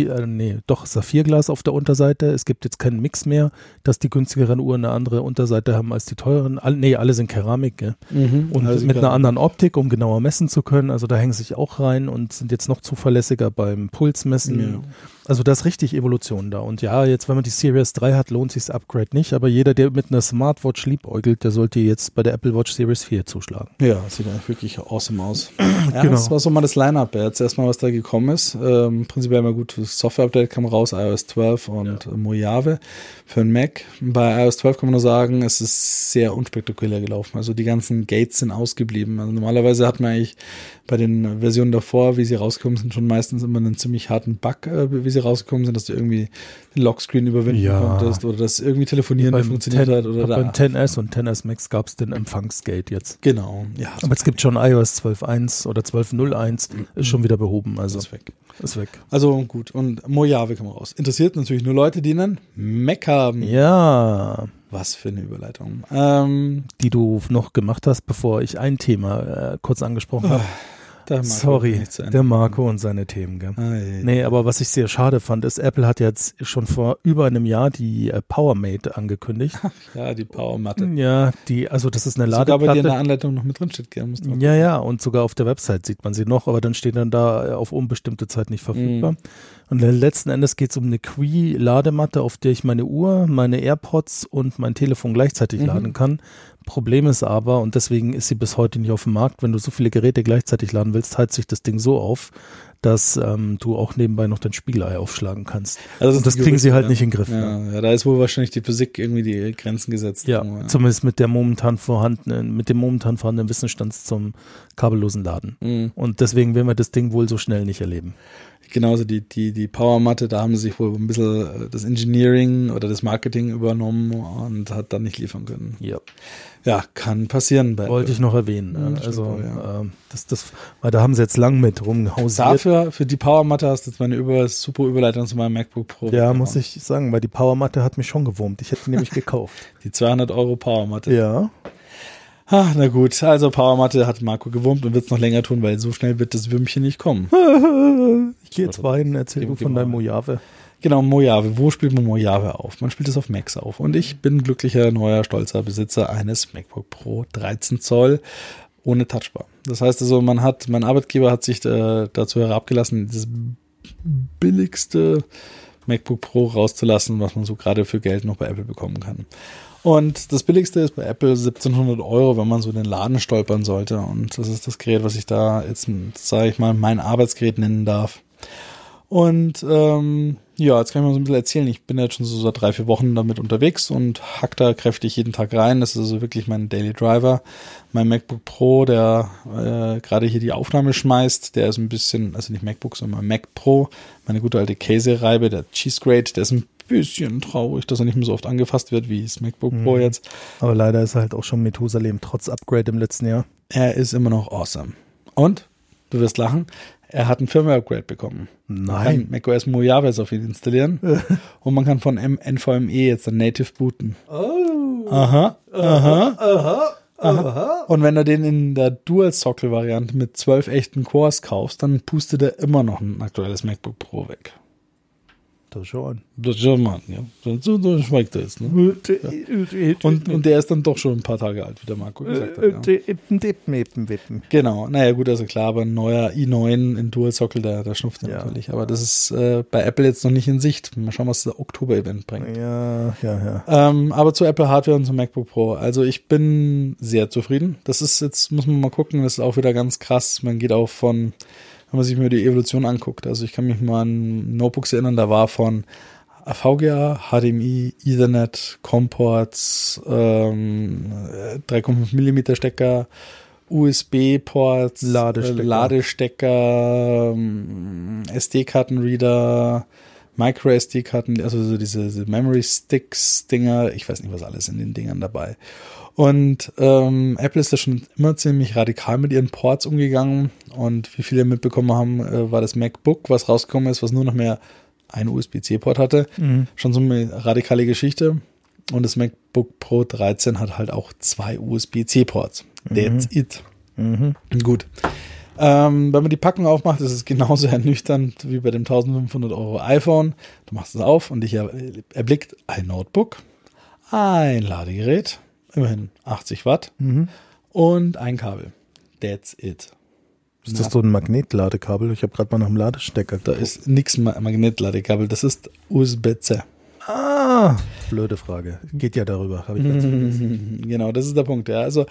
Saphirglas auf der Unterseite. Es gibt jetzt keinen Mix mehr, dass die günstigeren Uhren eine andere Unterseite haben als die teuren. Alle sind Keramik, gell? Und also mit einer anderen Optik, um genauer messen zu können. Also da hängen sie sich auch rein und sind jetzt noch zuverlässiger beim Pulsmessen. Ja. Also da ist richtig Evolution da. Und ja, jetzt, wenn man die Series 3 hat, lohnt sich das Upgrade nicht. Aber jeder, der mit einer Smartwatch liebäugelt, der sollte jetzt bei der Apple Watch Series 4 zuschlagen. Ja, sieht eigentlich wirklich awesome aus. Ja, genau. Das war so mal das Line-Up. Jetzt erstmal, was da gekommen ist. Prinzipiell mal gut, das Software-Update kam raus, iOS 12 und Mojave für den Mac. Bei iOS 12 kann man nur sagen, es ist sehr unspektakulär gelaufen. Also die ganzen Gates sind ausgeblieben. Also normalerweise hat man eigentlich bei den Versionen davor, wie sie rausgekommen sind, schon meistens immer einen ziemlich harten Bug, wie sie rausgekommen sind, dass du irgendwie den Lockscreen überwinden konntest oder dass irgendwie Telefonieren nicht funktioniert hat. Oder beim 10S und 10S Max gab es den Empfangsgate jetzt. Genau. Ja, aber es gibt schon iOS 12.1 oder 12.01, ist schon wieder behoben. Also ist weg. Ist weg. Also gut, und Mojave kam raus. Interessiert natürlich nur Leute, die einen Mac haben. Ja. Was für eine Überleitung. Die du noch gemacht hast, bevor ich ein Thema kurz angesprochen habe. Sorry, der Marco und seine Themen. Gell? Nee, aber was ich sehr schade fand, ist, Apple hat jetzt schon vor über einem Jahr die PowerMate angekündigt. Ja, die Powermatte. Ja, also das ist eine Ladeplatte. Sogar bei dir in der Anleitung noch mit drin steht. Ja, und sogar auf der Website sieht man sie noch, aber dann steht dann da auf unbestimmte Zeit nicht verfügbar. Und letzten Endes geht es um eine Qi-Ladematte, auf der ich meine Uhr, meine AirPods und mein Telefon gleichzeitig laden kann. Problem ist aber, und deswegen ist sie bis heute nicht auf dem Markt, wenn du so viele Geräte gleichzeitig laden willst, teilt sich das Ding so auf, dass du auch nebenbei noch dein Spiegelei aufschlagen kannst. Also das kriegen sie halt nicht in den Griff. Ja, da ist wohl wahrscheinlich die Physik irgendwie die Grenzen gesetzt. Ja, zumindest mit dem momentan vorhandenen Wissensstand zum kabellosen Laden. Und deswegen werden wir das Ding wohl so schnell nicht erleben. Genauso die Powermatte, da haben sie sich wohl ein bisschen das Engineering oder das Marketing übernommen und hat dann nicht liefern können. Ja, kann passieren. Wollte ich noch erwähnen. Weil da haben sie jetzt lang mit rumhausiert. Für die Powermatte hast du jetzt meine super Überleitung zu meinem MacBook Pro. Ja, muss ich sagen, weil die Powermatte hat mich schon gewurmt. Ich hätte die nämlich gekauft. Die 200 € Powermatte. Ja. Na gut, also Powermatte hat Marco gewurmt und wird es noch länger tun, weil so schnell wird das Würmchen nicht kommen. Ich gehe jetzt weinen, erzähl du von deinem Mojave. Genau, Mojave. Wo spielt man Mojave auf? Man spielt es auf Macs auf. Und ich bin glücklicher, neuer, stolzer Besitzer eines MacBook Pro 13 Zoll ohne Touchbar. Das heißt also, mein Arbeitgeber hat sich dazu herabgelassen, das billigste MacBook Pro rauszulassen, was man so gerade für Geld noch bei Apple bekommen kann. Und das billigste ist bei Apple 1.700 €, wenn man so in den Laden stolpern sollte. Und das ist das Gerät, was ich da jetzt, sage ich mal, mein Arbeitsgerät nennen darf. Und jetzt kann ich mal so ein bisschen erzählen. Ich bin jetzt schon so seit 3-4 Wochen damit unterwegs und hack da kräftig jeden Tag rein. Das ist also wirklich mein Daily Driver. Mein MacBook Pro, der gerade hier die Aufnahme schmeißt, der ist ein bisschen, also nicht MacBook, sondern Mac Pro. Meine gute alte Käsereibe, der Cheese Grate, der ist ein bisschen traurig, dass er nicht mehr so oft angefasst wird wie das MacBook Pro jetzt. Aber leider ist er halt auch schon Methusalem, trotz Upgrade im letzten Jahr. Er ist immer noch awesome. Und, du wirst lachen, er hat ein Firmware-Upgrade bekommen. Nein. Man kann macOS Mojave auf ihn installieren und man kann von NVMe jetzt ein Native booten. Oh. Aha. Und wenn du den in der Dual-Sockel-Variante mit 12 echten Cores kaufst, dann pustet er immer noch ein aktuelles MacBook Pro weg. Das schon. Das schon, Mann, ja. So schmeckt er jetzt, ne? Ja. Und der ist dann doch schon ein paar Tage alt, wie der Marco gesagt hat. Ja. Genau, naja gut, also klar, aber ein neuer i9 in Dual-Sockel, der schnupft natürlich. Aber das ist bei Apple jetzt noch nicht in Sicht. Mal schauen, was das Oktober-Event bringt. Ja. Aber zu Apple Hardware und zum MacBook Pro. Also ich bin sehr zufrieden. Das ist jetzt, muss man mal gucken, das ist auch wieder ganz krass. Man geht auch von, wenn man sich mal die Evolution anguckt. Also ich kann mich mal an Notebooks erinnern, da war von VGA, HDMI, Ethernet, COM-Ports, 3,5 mm Stecker, USB-Ports, Ladestecker, SD-Kartenreader, Micro-SD-Karten, also so diese Memory-Sticks-Dinger, ich weiß nicht, was alles in den Dingern dabei. Und Apple ist da schon immer ziemlich radikal mit ihren Ports umgegangen. Und wie viele mitbekommen haben, war das MacBook, was rausgekommen ist, was nur noch mehr einen USB-C-Port hatte. Schon so eine radikale Geschichte. Und das MacBook Pro 13 hat halt auch 2 USB-C-Ports. That's it. Gut. Wenn man die Packung aufmacht, ist es genauso ernüchternd wie bei dem 1.500 € iPhone. Du machst es auf und dich erblickt ein Notebook, ein Ladegerät, immerhin 80 Watt und ein Kabel. That's it. Ist das so ein Magnetladekabel? Ich habe gerade mal nach dem Ladestecker geguckt. Da ist nichts Magnetladekabel, das ist USB-C. Ah, blöde Frage. Geht ja darüber, habe ich ganz vergessen. Genau, das ist der Punkt. Ja. Also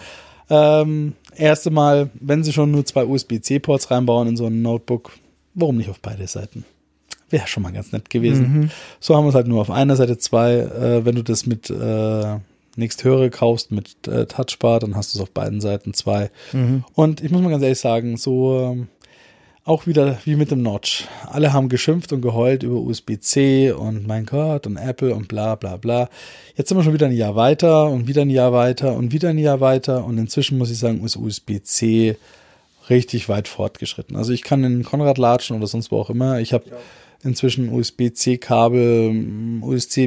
erste Mal, wenn sie schon nur 2 USB-C-Ports reinbauen in so ein Notebook, warum nicht auf beide Seiten? Wäre schon mal ganz nett gewesen. So haben wir es halt nur auf einer Seite 2. Wenn du das mit nächsthöhere kaufst mit Touchbar, dann hast du es auf beiden Seiten 2. Und ich muss mal ganz ehrlich sagen, so auch wieder wie mit dem Notch. Alle haben geschimpft und geheult über USB-C und mein Gott und Apple und bla bla bla. Jetzt sind wir schon wieder ein Jahr weiter und wieder ein Jahr weiter und wieder ein Jahr weiter und inzwischen muss ich sagen, ist USB-C richtig weit fortgeschritten. Also ich kann in Konrad latschen oder sonst wo auch immer. Ich habe inzwischen USB-C-Kabel,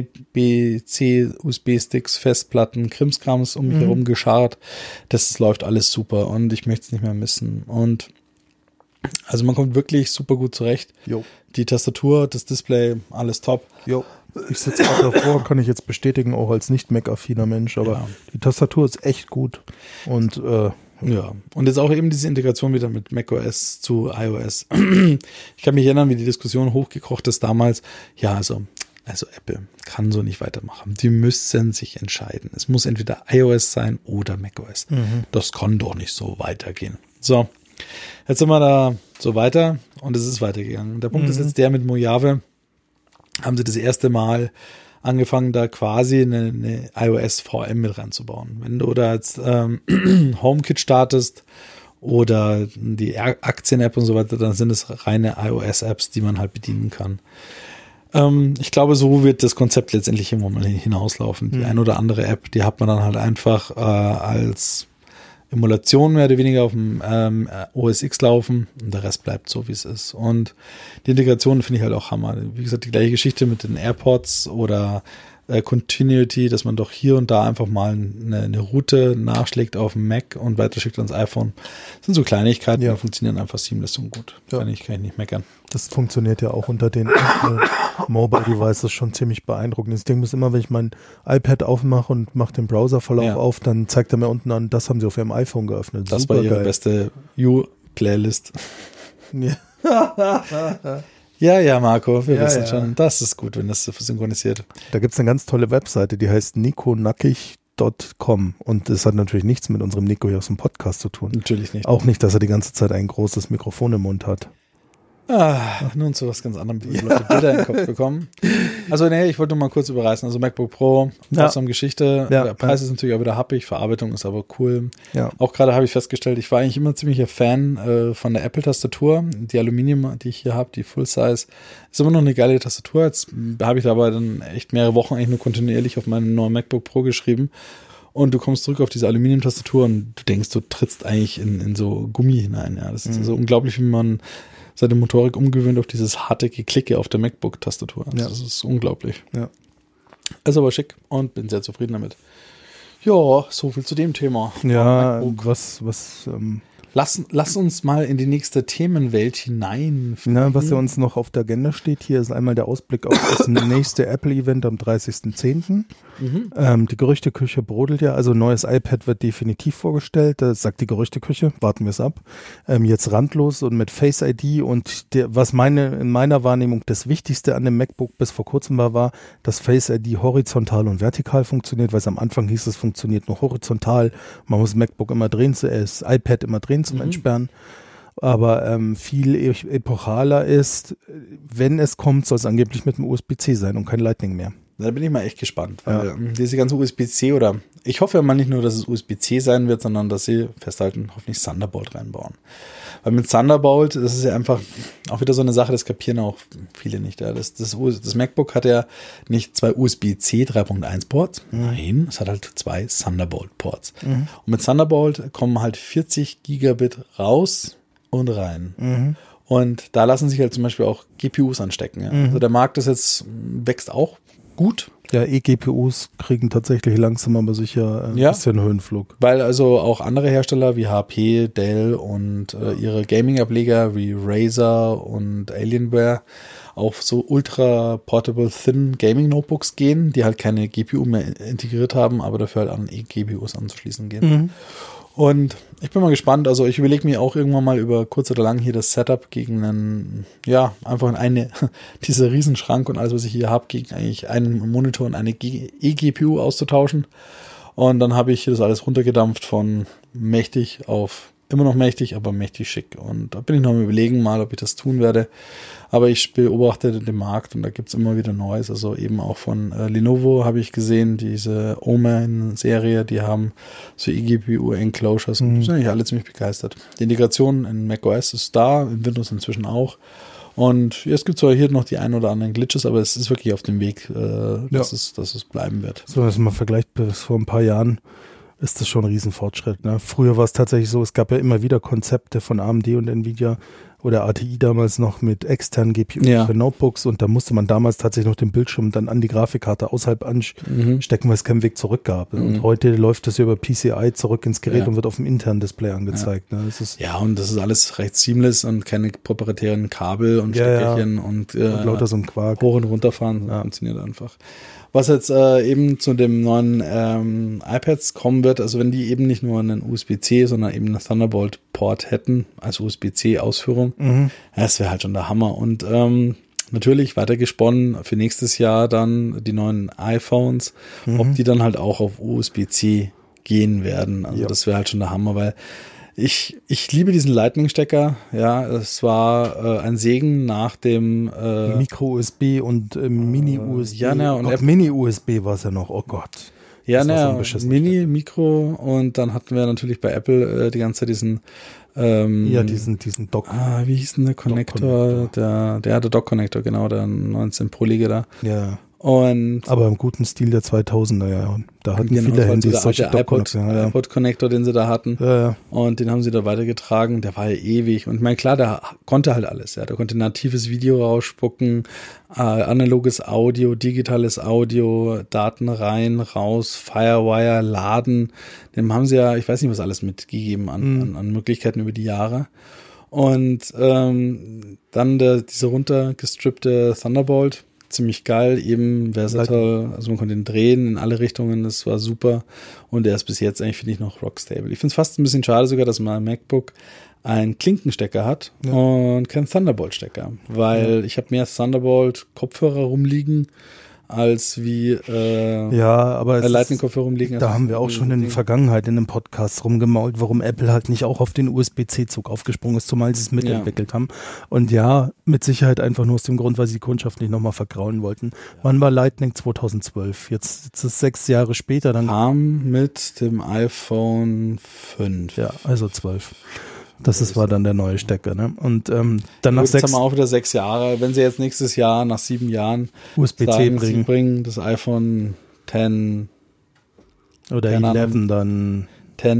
USB-C, USB-Sticks, Festplatten, Krimskrams um mich herum geschart. Das läuft alles super und ich möchte es nicht mehr missen. Und also man kommt wirklich super gut zurecht. Jo. Die Tastatur, das Display, alles top. Jo. Ich sitze gerade davor, kann ich jetzt bestätigen, auch als nicht Mac-affiner Mensch, aber die Tastatur ist echt gut. Und ja, und jetzt auch eben diese Integration wieder mit macOS zu iOS. Ich kann mich erinnern, wie die Diskussion hochgekocht ist damals. Ja, also Apple kann so nicht weitermachen. Die müssen sich entscheiden. Es muss entweder iOS sein oder macOS. Das kann doch nicht so weitergehen. So, jetzt sind wir da so weiter und es ist weitergegangen. Der Punkt ist jetzt der mit Mojave. Haben sie das erste Mal angefangen, da quasi eine iOS VM mit reinzubauen. Wenn du da jetzt HomeKit startest oder die Aktien-App und so weiter, dann sind es reine iOS-Apps, die man halt bedienen kann. Ich glaube, so wird das Konzept letztendlich irgendwann mal hinauslaufen. Die ein oder andere App, die hat man dann halt einfach als Emulation mehr oder weniger auf dem OS X laufen und der Rest bleibt so, wie es ist. Und die Integration finde ich halt auch Hammer. Wie gesagt, die gleiche Geschichte mit den AirPods oder Continuity, dass man doch hier und da einfach mal eine Route nachschlägt auf dem Mac und weiterschickt ans iPhone. Das sind so Kleinigkeiten, die funktionieren einfach seamless und gut. Ja. Kann ich nicht meckern. Das funktioniert ja auch unter den Mobile Devices schon ziemlich beeindruckend. Das Ding ist immer, wenn ich mein iPad aufmache und mache den Browserverlauf auf, dann zeigt er mir unten an, das haben sie auf ihrem iPhone geöffnet. Das war ihre beste You-Playlist. Ja, Marco, wir wissen schon, das ist gut, wenn das so synchronisiert. Da gibt es eine ganz tolle Webseite, die heißt niconackig.com und das hat natürlich nichts mit unserem Nico hier aus dem Podcast zu tun. Natürlich nicht. Auch nicht, dass er die ganze Zeit ein großes Mikrofon im Mund hat. Nun zu was ganz anderem, wie Leute Bilder in den Kopf bekommen. Also ich wollte nur mal kurz überreißen. Also MacBook Pro, awesome Geschichte. Der Preis ist natürlich auch wieder happig, Verarbeitung ist aber cool. Ja. Auch gerade habe ich festgestellt, ich war eigentlich immer ziemlicher Fan von der Apple-Tastatur. Die Aluminium, die ich hier habe, die Full-Size, ist immer noch eine geile Tastatur. Jetzt habe ich dabei dann echt mehrere Wochen eigentlich nur kontinuierlich auf meinen neuen MacBook Pro geschrieben. Und du kommst zurück auf diese Aluminium-Tastatur und du denkst, du trittst eigentlich in so Gummi hinein. Ja, das ist so unglaublich, wie man seine Motorik umgewöhnt auf dieses harte Geklicke auf der MacBook-Tastatur. Also das ist unglaublich. Ja. Ist aber schick und bin sehr zufrieden damit. Ja, so viel zu dem Thema. Ja, was Lass uns mal in die nächste Themenwelt hinein. Was ja uns noch auf der Agenda steht, hier ist einmal der Ausblick auf das nächste Apple-Event am 30.10. Die Gerüchteküche brodelt ja, also ein neues iPad wird definitiv vorgestellt, das sagt die Gerüchteküche, warten wir es ab. Jetzt randlos und mit Face ID und was in meiner Wahrnehmung das Wichtigste an dem MacBook bis vor kurzem war, dass Face ID horizontal und vertikal funktioniert, weil es am Anfang hieß, es funktioniert nur horizontal, man muss das MacBook immer drehen, das iPad immer drehen zum Entsperren. Aber viel epochaler ist, wenn es kommt, soll es angeblich mit dem USB-C sein und kein Lightning mehr. Da bin ich mal echt gespannt, weil diese ganze USB-C oder ich hoffe ja mal nicht nur, dass es USB-C sein wird, sondern dass sie festhalten, hoffentlich Thunderbolt reinbauen. Weil mit Thunderbolt, das ist ja einfach auch wieder so eine Sache, das kapieren auch viele nicht. Ja. Das MacBook hat ja nicht zwei USB-C 3.1 Ports, nein, es hat halt zwei Thunderbolt Ports. Und mit Thunderbolt kommen halt 40 Gigabit raus und rein. Und da lassen sich halt zum Beispiel auch GPUs anstecken. Ja. Also der Markt wächst auch gut. Ja, eGPUs kriegen tatsächlich langsam aber sicher ein bisschen Höhenflug. Weil also auch andere Hersteller wie HP, Dell und ihre Gaming-Ableger wie Razer und Alienware auf so ultra portable thin Gaming Notebooks gehen, die halt keine GPU mehr integriert haben, aber dafür halt an eGPUs anzuschließen gehen. Und ich bin mal gespannt, also ich überlege mir auch irgendwann mal über kurz oder lang hier das Setup gegen einfach diese Riesenschrank und alles, was ich hier habe, gegen eigentlich einen Monitor und eine eGPU auszutauschen. Und dann habe ich das alles runtergedampft von mächtig auf immer noch mächtig, aber mächtig schick. Und da bin ich noch am Überlegen mal, ob ich das tun werde. Aber ich beobachte den Markt und da gibt's immer wieder Neues. Also eben auch von Lenovo habe ich gesehen, diese Omen-Serie, die haben so eGPU-Enclosures und sind eigentlich alle ziemlich begeistert. Die Integration in macOS ist da, in Windows inzwischen auch. Und es gibt zwar hier noch die ein oder anderen Glitches, aber es ist wirklich auf dem Weg, dass es bleiben wird. So, dass man vergleicht, bis vor ein paar Jahren ist das schon ein Riesenfortschritt. Ne? Früher war es tatsächlich so, es gab ja immer wieder Konzepte von AMD und Nvidia oder ATI damals noch mit externen GPUs für Notebooks und da musste man damals tatsächlich noch den Bildschirm dann an die Grafikkarte außerhalb anstecken, weil es keinen Weg zurück gab. Und heute läuft das ja über PCI zurück ins Gerät und wird auf dem internen Display angezeigt. Ne? Das ist und das ist alles recht seamless und keine proprietären Kabel und Steckerchen und lauter so ein Quark. Hoch- und runterfahren. Das funktioniert einfach. Was jetzt eben zu dem neuen iPads kommen wird, also wenn die eben nicht nur einen USB-C, sondern eben einen Thunderbolt-Port hätten, als USB-C-Ausführung, das wäre halt schon der Hammer. Und natürlich weitergesponnen für nächstes Jahr dann die neuen iPhones, ob die dann halt auch auf USB-C gehen werden. Also das wäre halt schon der Hammer, weil ich liebe diesen Lightning-Stecker. Ja, es war ein Segen nach dem Micro-USB und Mini-USB. Und Mini-USB war es ja noch. Oh Gott. Mini, Mikro und dann hatten wir natürlich bei Apple die ganze Zeit diesen diesen Dock. Wie hieß denn der Connector? Der Dock-Connector, genau, der 19 Pro-Lige da. Ja. Und aber im guten Stil der 2000er, ja. Da hatten viele Handys solche iPod-Connector, den sie da hatten. Ja. Und den haben sie da weitergetragen. Der war ja ewig. Und ich meine, klar, der konnte halt alles. Ja. Der konnte natives Video rausspucken, analoges Audio, digitales Audio, Daten rein, raus, Firewire, laden. Dem haben sie ja, ich weiß nicht, was alles mitgegeben an Möglichkeiten über die Jahre. Und dann diese runtergestrippte Thunderbolt, ziemlich geil, eben versatile, also man konnte ihn drehen in alle Richtungen, das war super und er ist bis jetzt eigentlich, finde ich, noch rockstable. Ich finde es fast ein bisschen schade sogar, dass mein MacBook einen Klinkenstecker hat und keinen Thunderbolt-Stecker, weil ich habe mehr Thunderbolt-Kopfhörer rumliegen, als wie aber Lightning-Kopfhörer rumliegen. Da haben wir auch schon in der Vergangenheit in einem Podcast rumgemault, warum Apple halt nicht auch auf den USB-C-Zug aufgesprungen ist, zumal sie es mitentwickelt haben. Und mit Sicherheit einfach nur aus dem Grund, weil sie die Kundschaft nicht nochmal vergraulen wollten. Wann war Lightning? 2012. Jetzt ist es 6 Jahre später. Dann kam mit dem iPhone 5. Ja, also 12. War dann der neue Stecker, ne? Und dann nach 6 haben wir auch wieder 6 Jahre. Wenn sie jetzt nächstes Jahr, nach 7 Jahren USB-C bringen, das iPhone 10 oder 11 dann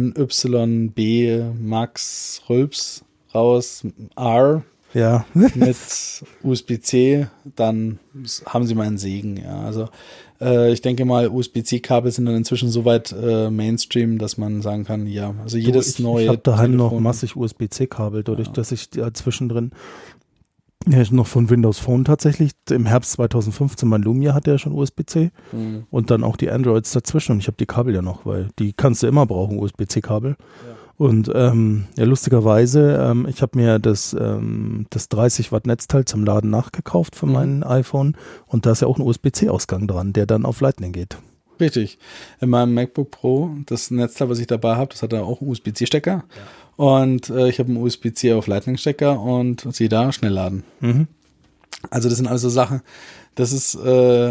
10YB Max Rülps raus, R mit USB-C, dann haben sie meinen Segen, ja. Also ich denke mal, USB-C-Kabel sind dann inzwischen so weit Mainstream, dass man sagen kann, ja, also jedes neue. Ich habe daheim noch massig USB-C-Kabel, dadurch, dass ich zwischendrin noch von Windows Phone tatsächlich, im Herbst 2015, mein Lumia hatte ja schon USB-C und dann auch die Androids dazwischen und ich habe die Kabel ja noch, weil die kannst du immer brauchen, USB-C-Kabel. Und lustigerweise, ich habe mir das 30 Watt Netzteil zum Laden nachgekauft für mein iPhone und da ist ja auch ein USB-C-Ausgang dran, der dann auf Lightning geht. Richtig. In meinem MacBook Pro, das Netzteil, was ich dabei habe, das hat da auch einen USB-C-Stecker und ich habe einen USB-C auf Lightning-Stecker und siehe da, Schnellladen. Also das sind also Sachen, das ist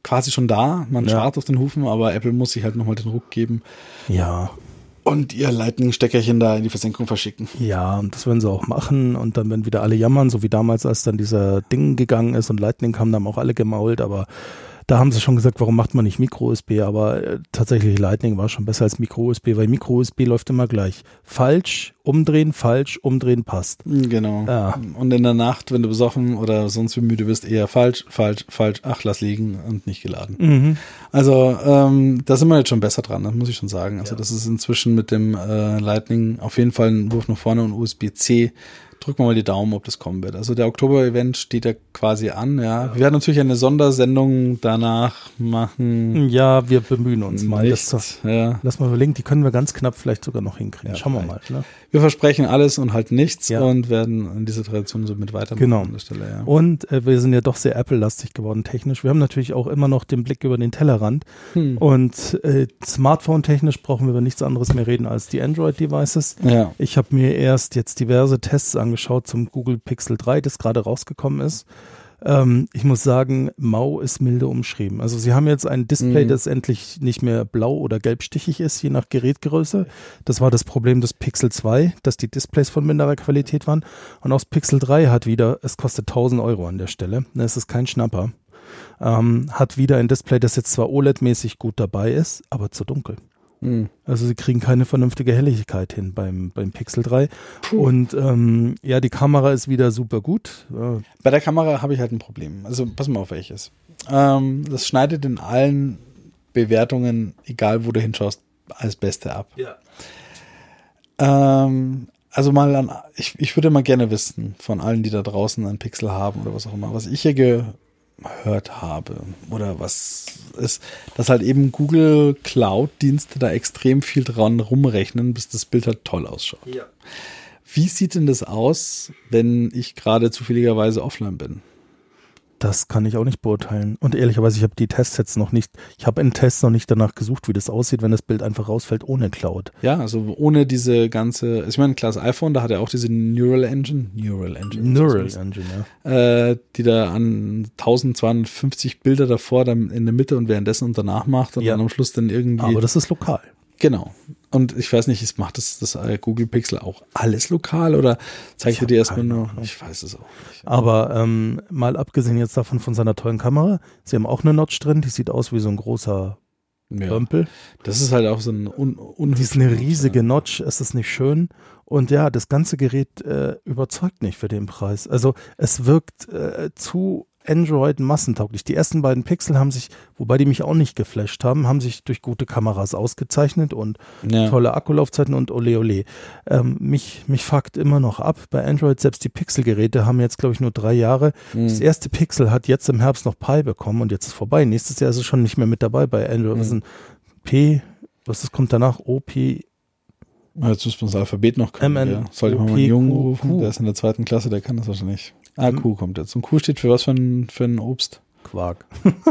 quasi schon da. Man spart auf den Hufen, aber Apple muss sich halt nochmal den Ruck geben. Ja. Und ihr Lightning-Steckerchen da in die Versenkung verschicken. Ja, und das werden sie auch machen. Und dann werden wieder alle jammern, so wie damals, als dann dieser Ding gegangen ist und Lightning kam, da haben auch alle gemault. Aber da haben sie schon gesagt, warum macht man nicht Micro-USB? Aber tatsächlich Lightning war schon besser als Micro-USB, weil Micro-USB läuft immer gleich. Falsch, umdrehen, passt. Genau. Ja. Und in der Nacht, wenn du besoffen oder sonst wie müde bist, eher falsch, ach, lass liegen und nicht geladen. Mhm. Also da sind wir jetzt schon besser dran, das muss ich schon sagen. Also das ist inzwischen mit dem Lightning auf jeden Fall ein Wurf nach vorne und USB-C. Drücken wir mal die Daumen, ob das kommen wird. Also der Oktober-Event steht ja quasi an, ja. Wir werden natürlich eine Sondersendung danach machen. Ja, wir bemühen uns mal. Lass mal überlegen, die können wir ganz knapp vielleicht sogar noch hinkriegen. Ja, schauen wir mal. Ne? Wir versprechen alles und halt nichts und werden in dieser Tradition so mit weitermachen. Genau. An der Stelle, ja. Und wir sind ja doch sehr Apple-lastig geworden technisch. Wir haben natürlich auch immer noch den Blick über den Tellerrand. Und Smartphone-technisch brauchen wir über nichts anderes mehr reden als die Android-Devices. Ja. Ich habe mir erst jetzt diverse Tests angeschaut zum Google Pixel 3, das gerade rausgekommen ist. Ich muss sagen, mau ist milde umschrieben. Also sie haben jetzt ein Display, das endlich nicht mehr blau oder gelbstichig ist, je nach Gerätgröße. Das war das Problem des Pixel 2, dass die Displays von minderer Qualität waren. Und aus Pixel 3 hat wieder, es kostet 1.000 € an der Stelle. Es ist kein Schnapper. Hat wieder ein Display, das jetzt zwar OLED-mäßig gut dabei ist, aber zu dunkel. Also sie kriegen keine vernünftige Helligkeit hin beim Pixel 3. Und die Kamera ist wieder super gut. Bei der Kamera habe ich halt ein Problem. Also pass mal auf welches. Das schneidet in allen Bewertungen, egal wo du hinschaust, als Beste ab. Ja. Also ich würde mal gerne wissen, von allen, die da draußen einen Pixel haben oder was auch immer, was ich hier gehört habe oder was ist, dass halt eben Google Cloud-Dienste da extrem viel dran rumrechnen, bis das Bild halt toll ausschaut. Ja. Wie sieht denn das aus, wenn ich gerade zufälligerweise offline bin? Das kann ich auch nicht beurteilen. Und ehrlicherweise, ich habe die Tests jetzt noch nicht, ich habe in Tests noch nicht danach gesucht, wie das aussieht, wenn das Bild einfach rausfällt ohne Cloud. Ja, also ohne diese ganze, ich meine, klar, das iPhone, da hat er auch diese Neural Engine, die da an 1250 Bilder davor, dann in der Mitte und währenddessen und danach macht und dann am Schluss dann irgendwie. Aber das ist lokal. Genau. Und ich weiß nicht, macht das Google Pixel auch alles lokal oder zeigt er dir erstmal nur? Ich weiß es auch nicht. Aber mal abgesehen jetzt davon von seiner tollen Kamera, sie haben auch eine Notch drin, die sieht aus wie so ein großer Römpel. Das ist halt auch so ein die ist eine riesige Notch, es ist nicht schön. Und ja, das ganze Gerät überzeugt nicht für den Preis. Also es wirkt zu Android massentauglich. Die ersten beiden Pixel haben sich, wobei die mich auch nicht geflasht haben sich durch gute Kameras ausgezeichnet und tolle Akkulaufzeiten und ole ole. Mich fuckt immer noch ab. Bei Android, selbst die Pixel-Geräte haben jetzt, glaube ich, nur 3 Jahre. Das erste Pixel hat jetzt im Herbst noch Pi bekommen und jetzt ist vorbei. Nächstes Jahr ist es schon nicht mehr mit dabei bei Android. Was ist ein P? Kommt danach? OP? Jetzt müssen wir das Alphabet noch können. MN, Sollte man mal einen Jungen rufen, der ist in der 2. Klasse, der kann das wahrscheinlich. Q kommt jetzt. Und Q steht für was für ein Obst? Quark.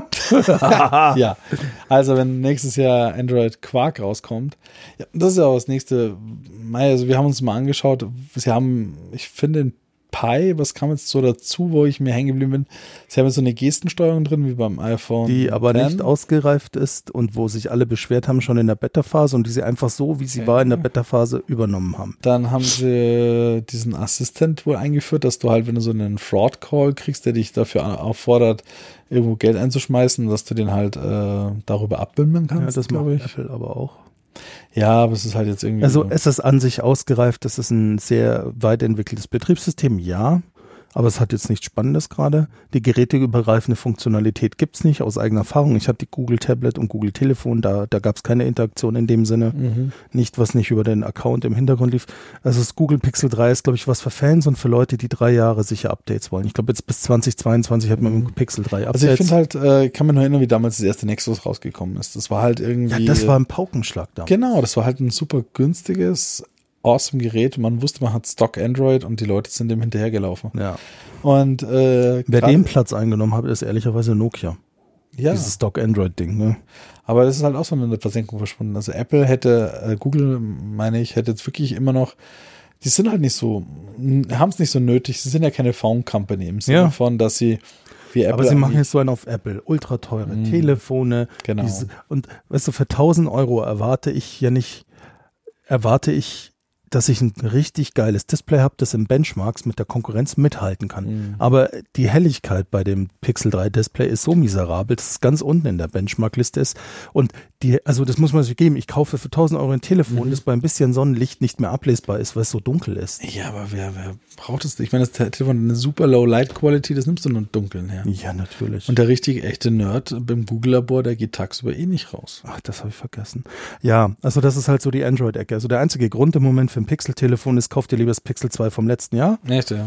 Ja, also wenn nächstes Jahr Android Quark rauskommt, das ist ja auch das nächste. Also wir haben uns mal angeschaut, ich finde in Pi, was kam jetzt so dazu, wo ich mir hängen geblieben bin? Sie haben jetzt so eine Gestensteuerung drin, wie beim iPhone. Die aber nicht ausgereift ist und wo sich alle beschwert haben, schon in der Beta-Phase und die sie einfach so, wie sie war in der Beta-Phase, übernommen haben. Dann haben sie diesen Assistent wohl eingeführt, dass du halt, wenn du so einen Fraud-Call kriegst, der dich dafür auffordert, irgendwo Geld einzuschmeißen, dass du den halt darüber abwimmeln kannst. Ja, das macht Apple aber auch. Ja, aber es ist halt jetzt irgendwie. Also es ist an sich ausgereift, das ist ein sehr weit entwickeltes Betriebssystem, ja. Aber es hat jetzt nichts Spannendes gerade. Die geräteübergreifende Funktionalität gibt's nicht, aus eigener Erfahrung. Ich hatte die Google Tablet und Google Telefon, da gab's keine Interaktion in dem Sinne. Nicht, was nicht über den Account im Hintergrund lief. Also das Google Pixel 3 ist, glaube ich, was für Fans und für Leute, die 3 Jahre sicher Updates wollen. Ich glaube, jetzt bis 2022 hat man mit Pixel 3 Updates. Also ich finde halt, kann man nur erinnern, wie damals das erste Nexus rausgekommen ist. Das war halt irgendwie. Ja, das war ein Paukenschlag damals. Genau, das war halt ein super günstiges, awesome Gerät. Man wusste, man hat Stock Android und die Leute sind dem hinterhergelaufen. Ja. Und wer den Platz eingenommen hat, ist ehrlicherweise Nokia. Ja. Dieses Stock Android Ding, ne? Aber das ist halt auch so eine Versenkung verschwunden. Also Google, meine ich, hätte jetzt wirklich immer noch die sind halt nicht so, haben es nicht so nötig. Sie sind ja keine Phone Company im Sinne von, dass sie wie Apple. Aber sie machen jetzt so einen auf Apple. Ultra teure Telefone. Genau. Und weißt du, für 1.000 Euro erwarte ich, dass ich ein richtig geiles Display habe, das im Benchmarks mit der Konkurrenz mithalten kann. Aber die Helligkeit bei dem Pixel 3 Display ist so miserabel, dass es ganz unten in der Benchmark-Liste ist. Und also das muss man sich geben. Ich kaufe für 1.000 Euro ein Telefon, das bei ein bisschen Sonnenlicht nicht mehr ablesbar ist, weil es so dunkel ist. Ja, aber wer braucht es? Ich meine, das Telefon hat eine super Low Light Quality, das nimmst du nur im Dunkeln her. Ja, natürlich. Und der richtig echte Nerd beim Google-Labor, der geht tagsüber eh nicht raus. Ach, das habe ich vergessen. Ja, also das ist halt so die Android-Ecke. Also der einzige Grund im Moment für ein Pixel-Telefon ist, kauf dir lieber das Pixel 2 vom letzten Jahr. Echt, ja.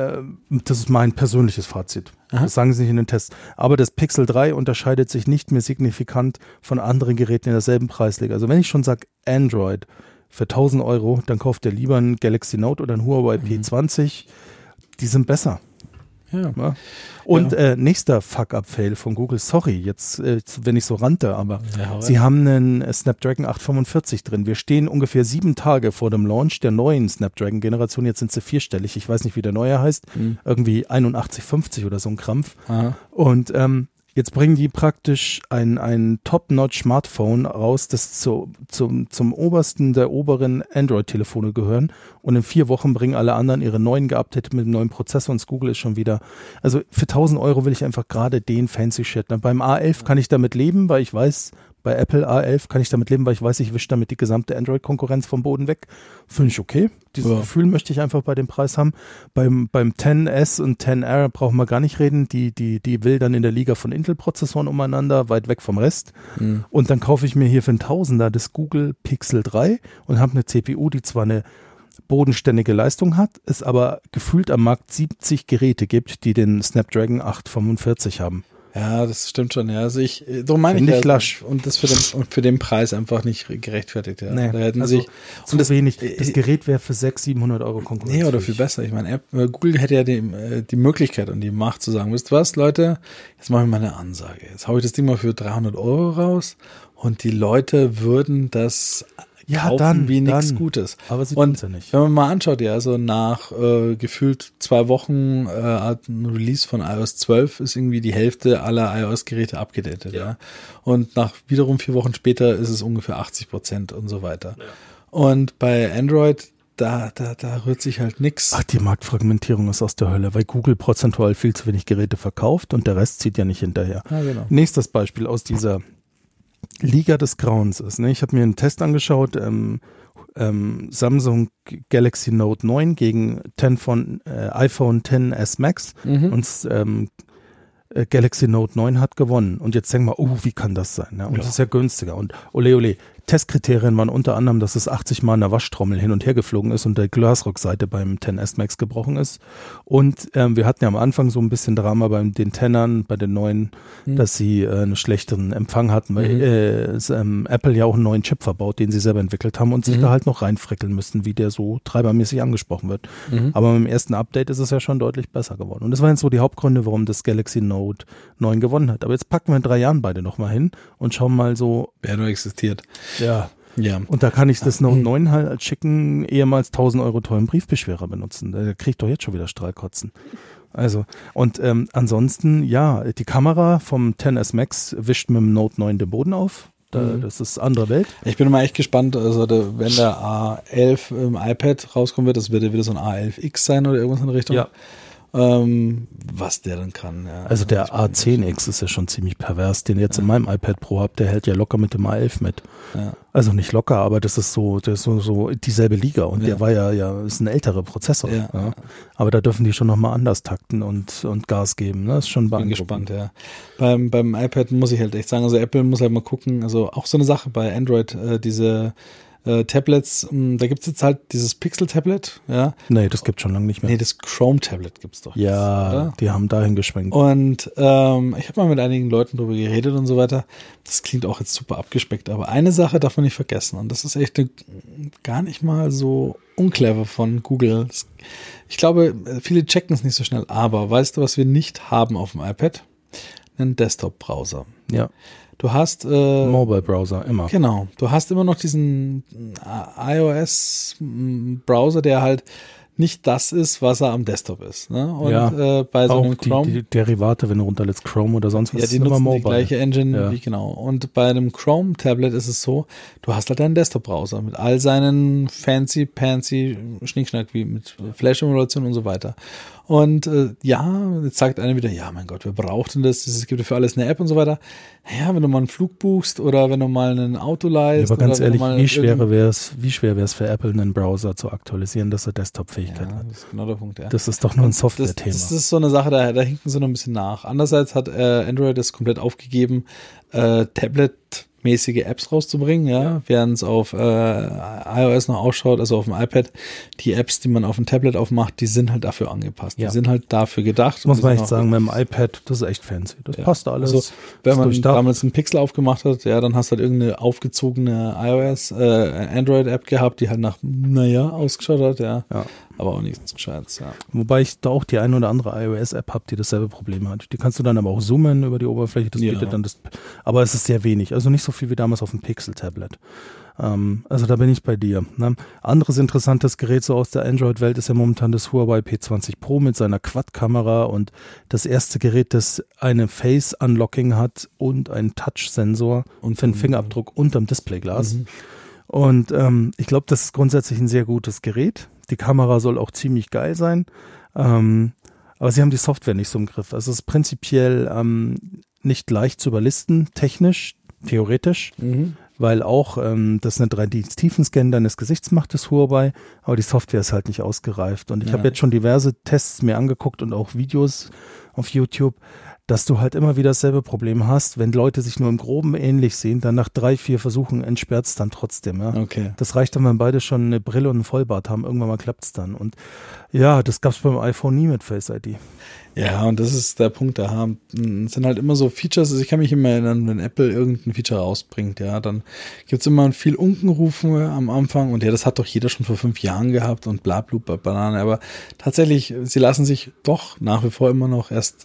Das ist mein persönliches Fazit. Aha. Das sagen sie nicht in den Tests. Aber das Pixel 3 unterscheidet sich nicht mehr signifikant von anderen Geräten in derselben Preisliga. Also wenn ich schon sage Android für 1.000 Euro, dann kauft ihr lieber ein Galaxy Note oder ein Huawei P20. Die sind besser. Ja. Und nächster Fuck-Up-Fail von Google, sorry, jetzt wenn ich so rante, aber Ja, sie haben einen Snapdragon 845 drin. Wir stehen ungefähr 7 Tage vor dem Launch der neuen Snapdragon-Generation. Jetzt sind sie 4-stellig. Ich weiß nicht, wie der neue heißt. Irgendwie 8150 oder so ein Krampf. Aha. Und jetzt bringen die praktisch ein Top-Notch-Smartphone raus, das zum obersten der oberen Android-Telefone gehören. Und in 4 Wochen bringen alle anderen ihre neuen geupdatet mit dem neuen Prozessor und das Google ist schon wieder. Also für 1.000 Euro will ich einfach gerade den fancy Shit. Beim A11 kann ich damit leben, weil ich weiß, bei Apple A11 kann ich damit leben, weil ich weiß, ich wische damit die gesamte Android-Konkurrenz vom Boden weg. Finde ich okay. Dieses Gefühl möchte ich einfach bei dem Preis haben. Beim 10S und 10R brauchen wir gar nicht reden. Die wildern in der Liga von Intel-Prozessoren umeinander, weit weg vom Rest. Und dann kaufe ich mir hier für einen Tausender das Google Pixel 3 und habe eine CPU, die zwar eine bodenständige Leistung hat, es aber gefühlt am Markt 70 Geräte gibt, die den Snapdragon 845 haben. Ja, das stimmt schon, ja. Also darum meine Finde ich ich lasch. und das für den Preis einfach nicht gerechtfertigt, ja. Nee, da hätten also sich zu wenig. Das Gerät wäre für 600-700 Euro Konkurrenz. Nee, oder viel besser. Ich meine, Google hätte ja die Möglichkeit und die Macht zu sagen, wisst ihr was, Leute, jetzt mache ich mal eine Ansage. Jetzt hau ich das Ding mal für 300 Euro raus und die Leute würden das kaufen wie nichts Gutes. Aber sie tun es ja nicht. Wenn man mal anschaut, ja, also nach gefühlt 2 Wochen ein Release von iOS 12 ist irgendwie die Hälfte aller iOS-Geräte abgedatet, ja. Und nach wiederum 4 Wochen später ist es ungefähr 80% und so weiter. Ja. Und bei Android, da rührt sich halt nichts. Ach, die Marktfragmentierung ist aus der Hölle, weil Google prozentual viel zu wenig Geräte verkauft und der Rest zieht ja nicht hinterher. Ja, genau. Nächstes Beispiel aus dieser Liga des Grauens ist. Ne? Ich habe mir einen Test angeschaut, Samsung Galaxy Note 9 gegen iPhone XS Max und Galaxy Note 9 hat gewonnen. Und jetzt denken wir, wie kann das sein? Ne? Und das ist ja günstiger. Und ole. Testkriterien waren unter anderem, dass es 80 Mal in der Waschtrommel hin und her geflogen ist und der Glasrückseite beim XS Max gebrochen ist. Und wir hatten ja am Anfang so ein bisschen Drama bei den Tennern, bei den neuen, dass sie einen schlechteren Empfang hatten, weil Apple ja auch einen neuen Chip verbaut, den sie selber entwickelt haben und sich da halt noch reinfrickeln müssten, wie der so treibermäßig angesprochen wird. Aber mit dem ersten Update ist es ja schon deutlich besser geworden. Und das waren jetzt so die Hauptgründe, warum das Galaxy Note 9 gewonnen hat. Aber jetzt packen wir in 3 Jahren beide nochmal hin und schauen mal so. Wer nur existiert. Ja. Und da kann ich das Note 9 halt als schicken, ehemals 1.000 Euro teuren Briefbeschwerer benutzen. Da kriege ich doch jetzt schon wieder Strahlkotzen. Also, und ansonsten, ja, die Kamera vom XS Max wischt mit dem Note 9 den Boden auf. Das ist andere Welt. Ich bin mal echt gespannt, also wenn der A11 im iPad rauskommen wird, das wird wieder so ein A11X sein oder irgendwas in der Richtung. Ja. Was der dann kann. Ja. Also der A10X ist ja schon ziemlich pervers, den jetzt in meinem iPad Pro habe, der hält ja locker mit dem A11 mit. Ja. Also nicht locker, aber das ist so dieselbe Liga und der war ja ist ein älterer Prozessor. Ja. Ja. Aber da dürfen die schon nochmal anders takten und Gas geben. Ne? Das ist schon beeindruckend. Bin gespannt, ja. Beim iPad muss ich halt echt sagen, also Apple muss halt mal gucken, also auch so eine Sache bei Android, diese Tablets, da gibt's jetzt halt dieses Pixel-Tablet, ja. Nee, das gibt's schon lange nicht mehr. Nee, das Chrome-Tablet gibt's doch. Ja, oder? Die haben dahin geschwenkt. Und ich habe mal mit einigen Leuten drüber geredet und so weiter. Das klingt auch jetzt super abgespeckt, aber eine Sache darf man nicht vergessen und das ist echt gar nicht mal so unclever von Google. Ich glaube, viele checken es nicht so schnell, aber weißt du, was wir nicht haben auf dem iPad? Einen Desktop-Browser. Ja. Du hast Mobile Browser, immer. Genau. Du hast immer noch diesen iOS-Browser, der halt nicht das ist, was er am Desktop ist. Ne? Und bei so einem Chrome. Die Derivate, wenn du runterlädst, Chrome oder sonst was, ja, die nutzen die gleiche Engine, wie genau. Und bei einem Chrome-Tablet ist es so, du hast halt einen Desktop-Browser mit all seinen fancy Schnickschnack, wie mit Flash-Emulation und so weiter. Und jetzt sagt einer wieder, ja, mein Gott, wer braucht denn das? Es gibt ja für alles eine App und so weiter. Ja, wenn du mal einen Flug buchst oder wenn du mal ein Auto leihst. Ja, aber ganz ehrlich, wie schwer wäre es für Apple, einen Browser zu aktualisieren, dass er Desktop-Fähigkeit hat? Das ist genau der Punkt, ja. Das ist doch nur ein Software-Thema. Das ist so eine Sache, da hinken sie noch ein bisschen nach. Andererseits hat Android das komplett aufgegeben, Tablet-mäßige Apps rauszubringen, während es auf iOS noch ausschaut, also auf dem iPad, die Apps, die man auf dem Tablet aufmacht, die sind halt dafür angepasst. Die sind halt dafür gedacht. Muss man echt sagen, mit dem iPad, das ist echt fancy. Das passt alles. Also, wenn man damals einen Pixel aufgemacht hat, dann hast du halt irgendeine aufgezogene Android-App gehabt, die halt nach, ausgeschaut hat, aber auch nichts Gescheites, Wobei ich da auch die eine oder andere iOS-App habe, die dasselbe Problem hat. Die kannst du dann aber auch zoomen über die Oberfläche, das bietet dann das, aber es ist sehr wenig, also nicht so viel wie damals auf dem Pixel-Tablet. Also da bin ich bei dir. Ne? Anderes interessantes Gerät so aus der Android-Welt ist ja momentan das Huawei P20 Pro mit seiner Quad-Kamera und das erste Gerät, das eine Face-Unlocking hat und einen Touch-Sensor und für einen Fingerabdruck unterm Displayglas. Und ich glaube, das ist grundsätzlich ein sehr gutes Gerät. Die Kamera soll auch ziemlich geil sein. Aber sie haben die Software nicht so im Griff. Also es ist prinzipiell nicht leicht zu überlisten, technisch, theoretisch, weil auch das eine 3D-Tiefenscan deines Gesichts macht, das Huawei, aber die Software ist halt nicht ausgereift. Und ich habe jetzt schon diverse Tests mir angeguckt und auch Videos auf YouTube, dass du halt immer wieder dasselbe Problem hast, wenn Leute sich nur im Groben ähnlich sehen, dann nach 3-4 Versuchen entsperrt es dann trotzdem. Ja? Okay. Das reicht dann, wenn beide schon eine Brille und einen Vollbart haben, irgendwann mal klappt es dann. Und ja, das gab es beim iPhone nie mit Face ID. Ja, und das ist der Punkt, da sind halt immer so Features, also ich kann mich immer erinnern, wenn Apple irgendein Feature rausbringt, dann gibt's immer viel Unkenrufen am Anfang und das hat doch jeder schon vor 5 Jahren gehabt und bla bla Banane, aber tatsächlich, sie lassen sich doch nach wie vor immer noch erst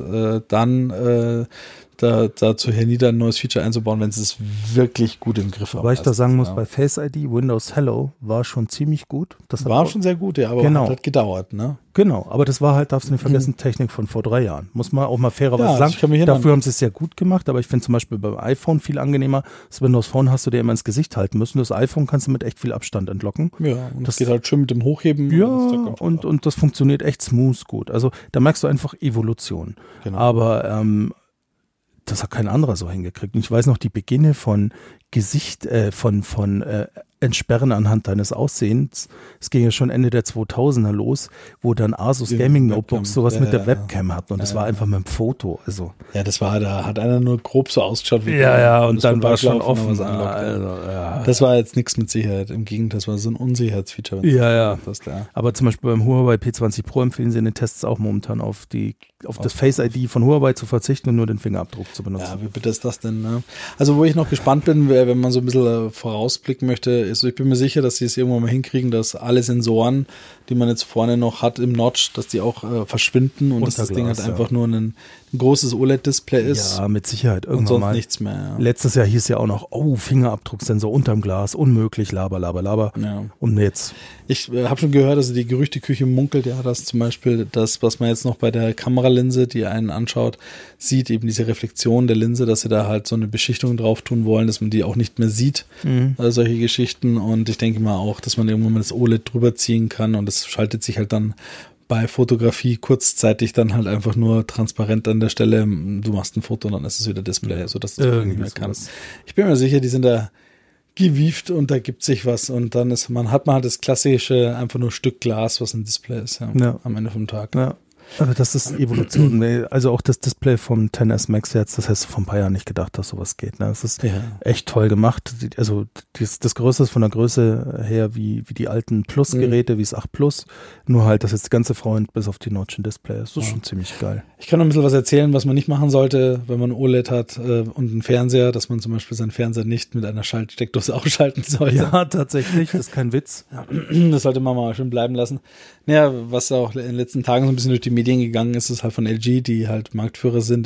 dazu hernieder, ein neues Feature einzubauen, wenn sie es wirklich gut im Griff haben. Weil ich da sagen muss, bei Face ID, Windows Hello war schon ziemlich gut. Das war schon sehr gut, aber hat halt gedauert, ne? Genau, aber das war halt, darfst du nicht vergessen, Technik von vor 3 Jahren. Muss man auch mal fairerweise sagen. Dafür haben sie es sehr gut gemacht, aber ich finde zum Beispiel beim iPhone viel angenehmer. Das Windows Phone hast du dir immer ins Gesicht halten müssen. Das iPhone kannst du mit echt viel Abstand entlocken. Ja, und das geht halt schön mit dem Hochheben. Ja, und das funktioniert echt smooth gut. Also da merkst du einfach Evolution. Genau. Aber das hat kein anderer so hingekriegt. Und ich weiß noch, die Beginne von Entsperren anhand deines Aussehens. Es ging ja schon Ende der 2000er los, wo dann Asus Gaming Notebooks sowas mit der Webcam hatten und das war einfach mit dem Foto. Also. Ja, das war, da hat einer nur grob so ausgeschaut wie und dann war es schon offen. Das war jetzt nichts mit Sicherheit. Im Gegenteil, das war so ein Unsicherheitsfeature. Ja. Aber zum Beispiel beim Huawei P20 Pro empfehlen sie in den Tests auch momentan auf das Face ID von Huawei zu verzichten und nur den Fingerabdruck zu benutzen. Ja, wie bitte ist das denn? Ne? Also wo ich noch gespannt bin, wenn man so ein bisschen vorausblicken möchte, ich bin mir sicher, dass sie es irgendwann mal hinkriegen, dass alle Sensoren, die man jetzt vorne noch hat im Notch, dass die auch verschwinden und dass das Ding halt einfach nur ein großes OLED-Display ist. Ja, mit Sicherheit. Irgendwann und sonst mal. Nichts mehr. Ja. Letztes Jahr hieß ja auch noch, Fingerabdrucksensor unterm Glas, unmöglich, laber. Ja. Und jetzt? Ich habe schon gehört, also die Gerüchteküche munkelt ja, dass zum Beispiel das, was man jetzt noch bei der Kameralinse, die einen anschaut, sieht, eben diese Reflexion der Linse, dass sie da halt so eine Beschichtung drauf tun wollen, dass man die auch nicht mehr sieht, solche Geschichten. Und ich denke mal auch, dass man irgendwann mal das OLED drüber ziehen kann und das schaltet sich halt dann bei Fotografie kurzzeitig dann halt einfach nur transparent an der Stelle, du machst ein Foto und dann ist es wieder Display, sodass du das nicht mehr kannst. Ich bin mir sicher, die sind da gewieft und da gibt sich was und dann hat man halt das klassische, einfach nur Stück Glas, was ein Display ist, am Ende vom Tag. Ja. Aber das ist Evolution. Also auch das Display vom XS Max jetzt, das hast du vor ein paar Jahren nicht gedacht, dass sowas geht. Ne? Das ist echt toll gemacht. Also das Größe ist von der Größe her wie die alten Plus-Geräte, wie das 8 Plus. Nur halt, dass jetzt die ganze Front bis auf die Notch ein Display ist. Das ist schon ziemlich geil. Ich kann noch ein bisschen was erzählen, was man nicht machen sollte, wenn man ein OLED hat und einen Fernseher, dass man zum Beispiel seinen Fernseher nicht mit einer Steckdose ausschalten sollte. Ja, tatsächlich. Das ist kein Witz. Das sollte man mal schön bleiben lassen. Naja, was auch in den letzten Tagen so ein bisschen durch die Medien gegangen ist, ist halt von LG, die halt Marktführer sind im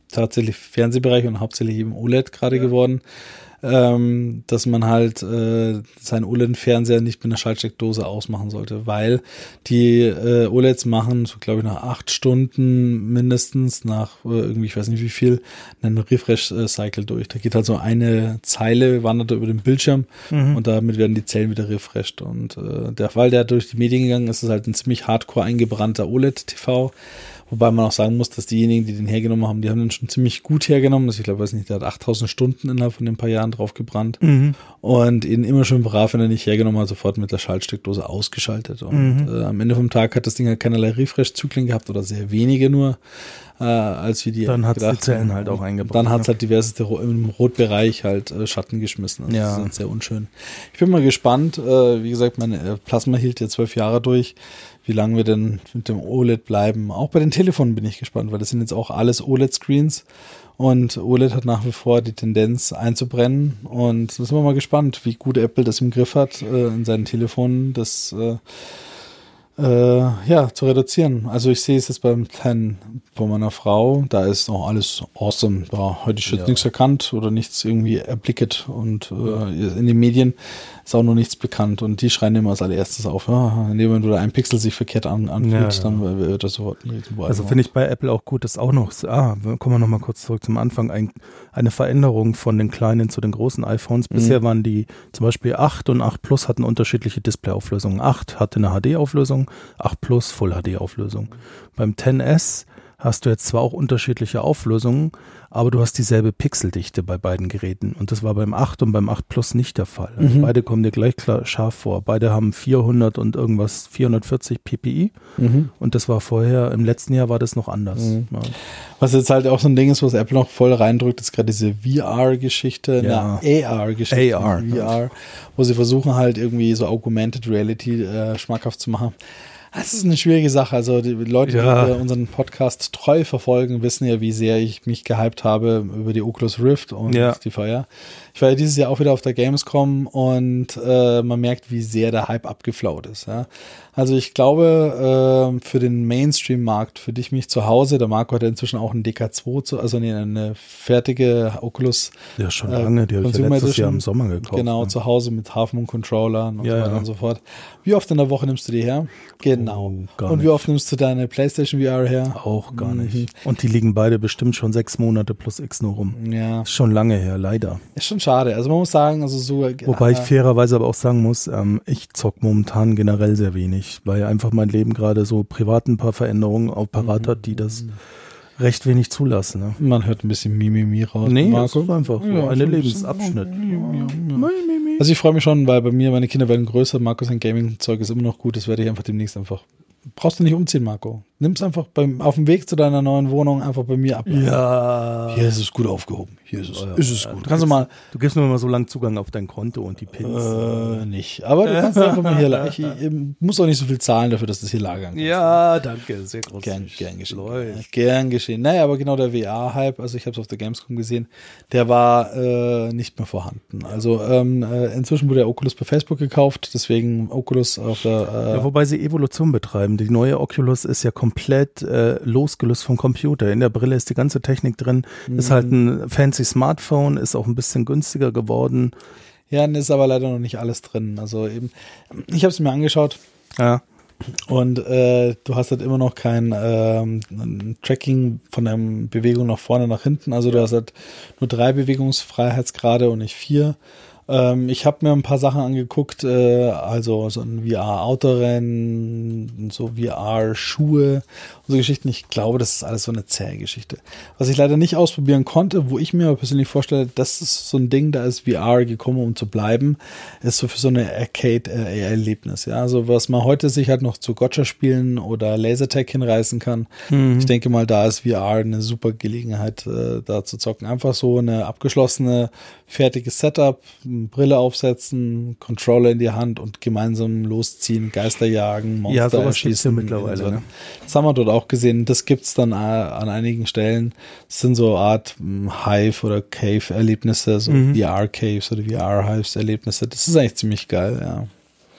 tatsächlich Fernsehbereich und hauptsächlich eben OLED gerade geworden, dass man halt seinen OLED-Fernseher nicht mit einer Schaltsteckdose ausmachen sollte, weil die OLEDs machen, so glaube ich nach 8 Stunden mindestens, nach irgendwie, ich weiß nicht wie viel, einen Refresh-Cycle durch. Da geht halt so eine Zeile, wandert über den Bildschirm und damit werden die Zellen wieder refreshed. Und weil der durch die Medien gegangen ist, ist halt ein ziemlich hardcore eingebrannter OLED-TV. Wobei man auch sagen muss, dass diejenigen, die den hergenommen haben, die haben den schon ziemlich gut hergenommen. Also ich glaube, weiß nicht, der hat 8000 Stunden innerhalb von den paar Jahren drauf gebrannt. Und ihn immer schön brav, wenn er nicht hergenommen hat, sofort mit der Schaltsteckdose ausgeschaltet. Und am Ende vom Tag hat das Ding halt keinerlei Refresh-Zyklen gehabt oder sehr wenige nur, als wir die dann hat es die Zellen halt auch eingebrannt. Dann hat es halt diverseste im Rotbereich halt Schatten geschmissen. Also das ist sehr unschön. Ich bin mal gespannt. Wie gesagt, meine Plasma hielt ja 12 Jahre durch. Wie lange wir denn mit dem OLED bleiben. Auch bei den Telefonen bin ich gespannt, weil das sind jetzt auch alles OLED-Screens und OLED hat nach wie vor die Tendenz einzubrennen und da sind wir mal gespannt, wie gut Apple das im Griff hat, in seinen Telefonen das zu reduzieren. Also ich sehe es jetzt beim kleinen von meiner Frau, da ist noch alles awesome. Da heute ist jetzt nichts erkannt oder nichts irgendwie erblicket und in den Medien ist auch noch nichts bekannt und die schreien immer als allererstes auf. Ja, wenn du da ein Pixel sich verkehrt anfühlt, dann wird das sofort ein Riesenball. Also finde ich bei Apple auch gut, dass auch noch, kommen wir nochmal kurz zurück zum Anfang, eine Veränderung von den kleinen zu den großen iPhones. Bisher waren die zum Beispiel 8 und 8 Plus hatten unterschiedliche Displayauflösungen. 8 hatte eine HD-Auflösung, 8 Plus Full HD-Auflösung. Beim XS hast du jetzt zwar auch unterschiedliche Auflösungen, aber du hast dieselbe Pixeldichte bei beiden Geräten. Und das war beim 8 und beim 8 Plus nicht der Fall. Also beide kommen dir gleich klar scharf vor. Beide haben 400 und irgendwas, 440 ppi. Und das war vorher, im letzten Jahr war das noch anders. Ja. Was jetzt halt auch so ein Ding ist, was Apple noch voll reindrückt, ist gerade diese VR-Geschichte, AR-Geschichte, VR, wo sie versuchen halt irgendwie so Augmented Reality schmackhaft zu machen. Das ist eine schwierige Sache. Also die Leute, die unseren Podcast treu verfolgen, wissen ja, wie sehr ich mich gehypt habe über die Oculus Rift und die VR. Ich war ja dieses Jahr auch wieder auf der Gamescom und man merkt, wie sehr der Hype abgeflaut ist. Ja? Also ich glaube, für den Mainstream-Markt, für dich, mich zu Hause, der Marco hat ja inzwischen auch einen DK2, eine fertige Oculus. Ja, schon lange, die habe ich ja letztes Jahr im Sommer gekauft. Genau, zu Hause mit Half-Moon-Controllern und so weiter und so fort. Wie oft in der Woche nimmst du die her? Genau. Und wie oft nimmst du deine PlayStation VR her? Auch gar nicht. Und die liegen beide bestimmt schon 6 Monate plus X nur rum. Ja. Ist schon lange her, leider. Ist schon schade. Also man muss sagen, also so. Wobei ich fairerweise aber auch sagen muss, ich zock momentan generell sehr wenig, weil einfach mein Leben gerade so privat ein paar Veränderungen auch parat hat, die das recht wenig zulassen. Ne? Man hört ein bisschen Mimimi raus. Nee, Marco. Das ist einfach so ein Lebensabschnitt. Also ich freue mich schon, weil bei mir, meine Kinder werden größer, Marco sein Gaming-Zeug ist immer noch gut, das werde ich einfach demnächst einfach. Brauchst du nicht umziehen, Marco. Nimm's einfach auf dem Weg zu deiner neuen Wohnung einfach bei mir ab. Ja. Hier ist es gut aufgehoben. Hier ist es gut. Kannst du mal. Du gibst mir mal so lange Zugang auf dein Konto und die Pins. Nicht. Aber du kannst einfach mal hier lagern. Ich muss auch nicht so viel zahlen dafür, dass das hier lagern kann. Ja, danke. Sehr groß. Gern geschehen. Gern geschehen. Naja, aber genau der VR-Hype, also ich habe es auf der Gamescom gesehen, der war nicht mehr vorhanden. Also inzwischen wurde der Oculus bei Facebook gekauft, deswegen Oculus auf der. Wobei sie Evolution betreiben. Die neue Oculus ist ja komplett losgelöst vom Computer. In der Brille ist die ganze Technik drin. Ist halt ein fancy Smartphone, ist auch ein bisschen günstiger geworden. Ja, ist aber leider noch nicht alles drin. Also eben, ich habe es mir angeschaut. Ja. Und du hast halt immer noch kein Tracking von der Bewegung nach vorne, nach hinten. Also du hast halt nur 3 Bewegungsfreiheitsgrade und nicht 4. Ich habe mir ein paar Sachen angeguckt, also so ein VR-Autorennen, so VR-Schuhe und so Geschichten. Ich glaube, das ist alles so eine zähe Geschichte. Was ich leider nicht ausprobieren konnte, wo ich mir aber persönlich vorstelle, das ist so ein Ding, da ist VR gekommen, um zu bleiben, ist so für so eine Arcade-Erlebnis. Ja, also was man heute sich halt noch zu Gotcha-Spielen oder Lasertag hinreißen kann. Ich denke mal, da ist VR eine super Gelegenheit, da zu zocken. Einfach so eine abgeschlossene, fertiges Setup, Brille aufsetzen, Controller in die Hand und gemeinsam losziehen, Geister jagen, Monster erschießen. Mittlerweile, so. Ne? Das haben wir dort auch gesehen. Das gibt's dann an einigen Stellen. Das sind so Art Hive- oder Cave-Erlebnisse, so VR-Caves oder VR-Hives-Erlebnisse. Das ist eigentlich ziemlich geil, ja.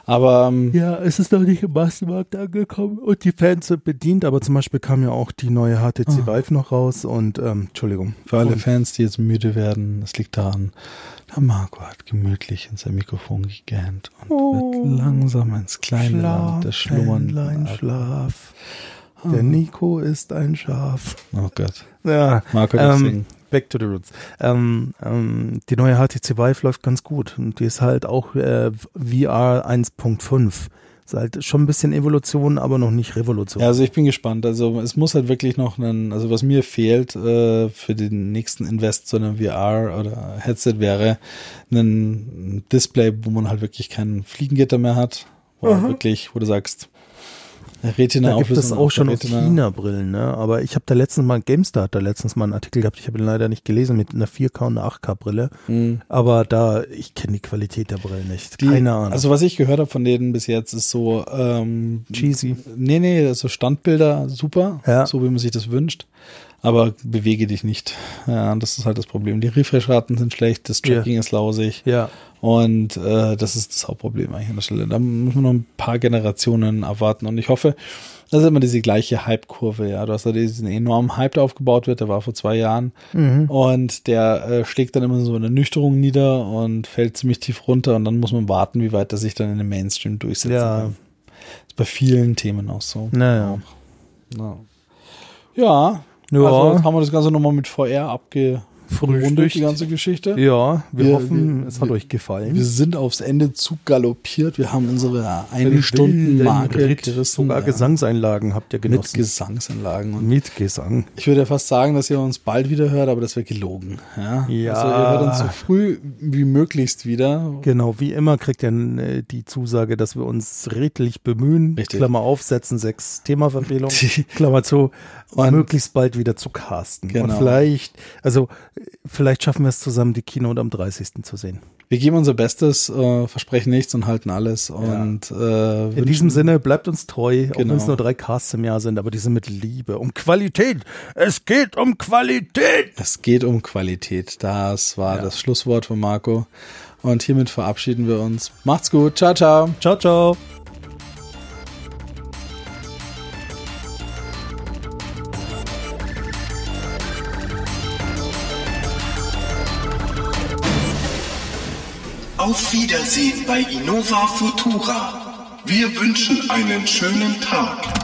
Aber ja, es ist noch nicht im Massenmarkt angekommen und die Fans sind bedient, aber zum Beispiel kam ja auch die neue HTC Vive noch raus und Entschuldigung. Für alle Fans, die jetzt müde werden, es liegt daran, der Marco hat gemütlich in sein Mikrofon gegähnt und wird langsam ins kleine Land der Schlummern. Schlaf. Der Nico ist ein Schaf. Oh Gott. Ja, Marco wird singen. Back to the Roots. Die neue HTC Vive läuft ganz gut und die ist halt auch VR 1.5. Ist halt schon ein bisschen Evolution, aber noch nicht Revolution. Ja, also ich bin gespannt. Also es muss halt wirklich noch also was mir fehlt für den nächsten Invest zu einem VR oder Headset wäre ein Display, wo man halt wirklich kein Fliegengitter mehr hat. Wo wirklich, wo du sagst, Retina da gibt es auch schon China-Brillen, ne? Aber ich habe GameStar hat da letztens mal einen Artikel gehabt, ich habe ihn leider nicht gelesen, mit einer 4K und einer 8K-Brille. Aber ich kenne die Qualität der Brillen nicht. Keine Ahnung. Also was ich gehört habe von denen bis jetzt ist so cheesy. Nee, so Standbilder super, so wie man sich das wünscht. Aber bewege dich nicht. Ja, das ist halt das Problem. Die Refresh-Raten sind schlecht, das Tracking ist lausig. Ja. Und das ist das Hauptproblem eigentlich an der Stelle. Da muss man noch ein paar Generationen abwarten. Und ich hoffe, das ist immer diese gleiche Hype-Kurve. Ja, du hast ja diesen enormen Hype, der aufgebaut wird. Der war vor 2 Jahren. Und der schlägt dann immer so eine Ernüchterung nieder und fällt ziemlich tief runter. Und dann muss man warten, wie weit er sich dann in den Mainstream durchsetzt. Ja. Das ist bei vielen Themen auch so. Naja. Ja. Also jetzt haben wir das Ganze nochmal mit VR abgerundet, die ganze Geschichte. Ja, wir hoffen, es hat euch gefallen. Wir sind aufs Ende zugaloppiert. Wir haben unsere 1-Stunden-Marke gerissen. Sogar Gesangseinlagen habt ihr genossen. Mit Gesangseinlagen. Und mit Gesang. Ich würde ja fast sagen, dass ihr uns bald wieder hört, aber das wäre gelogen. Ja. Also ihr hört uns so früh wie möglichst wieder. Genau, wie immer kriegt ihr die Zusage, dass wir uns redlich bemühen. Richtig. Klammer auf, setzen 6 Themaverfehlungen. Klammer zu. Und möglichst bald wieder zu casten. Genau. Und vielleicht schaffen wir es zusammen, die Keynote am 30. zu sehen. Wir geben unser Bestes, versprechen nichts und halten alles. Und in diesem Sinne, bleibt uns treu, auch wenn es nur 3 Casts im Jahr sind, aber die sind mit Liebe. Um Qualität. Es geht um Qualität. Es geht um Qualität. Das war das Schlusswort von Marco. Und hiermit verabschieden wir uns. Macht's gut. Ciao, ciao. Ciao, ciao. Auf Wiedersehen bei Innova Futura. Wir wünschen einen schönen Tag.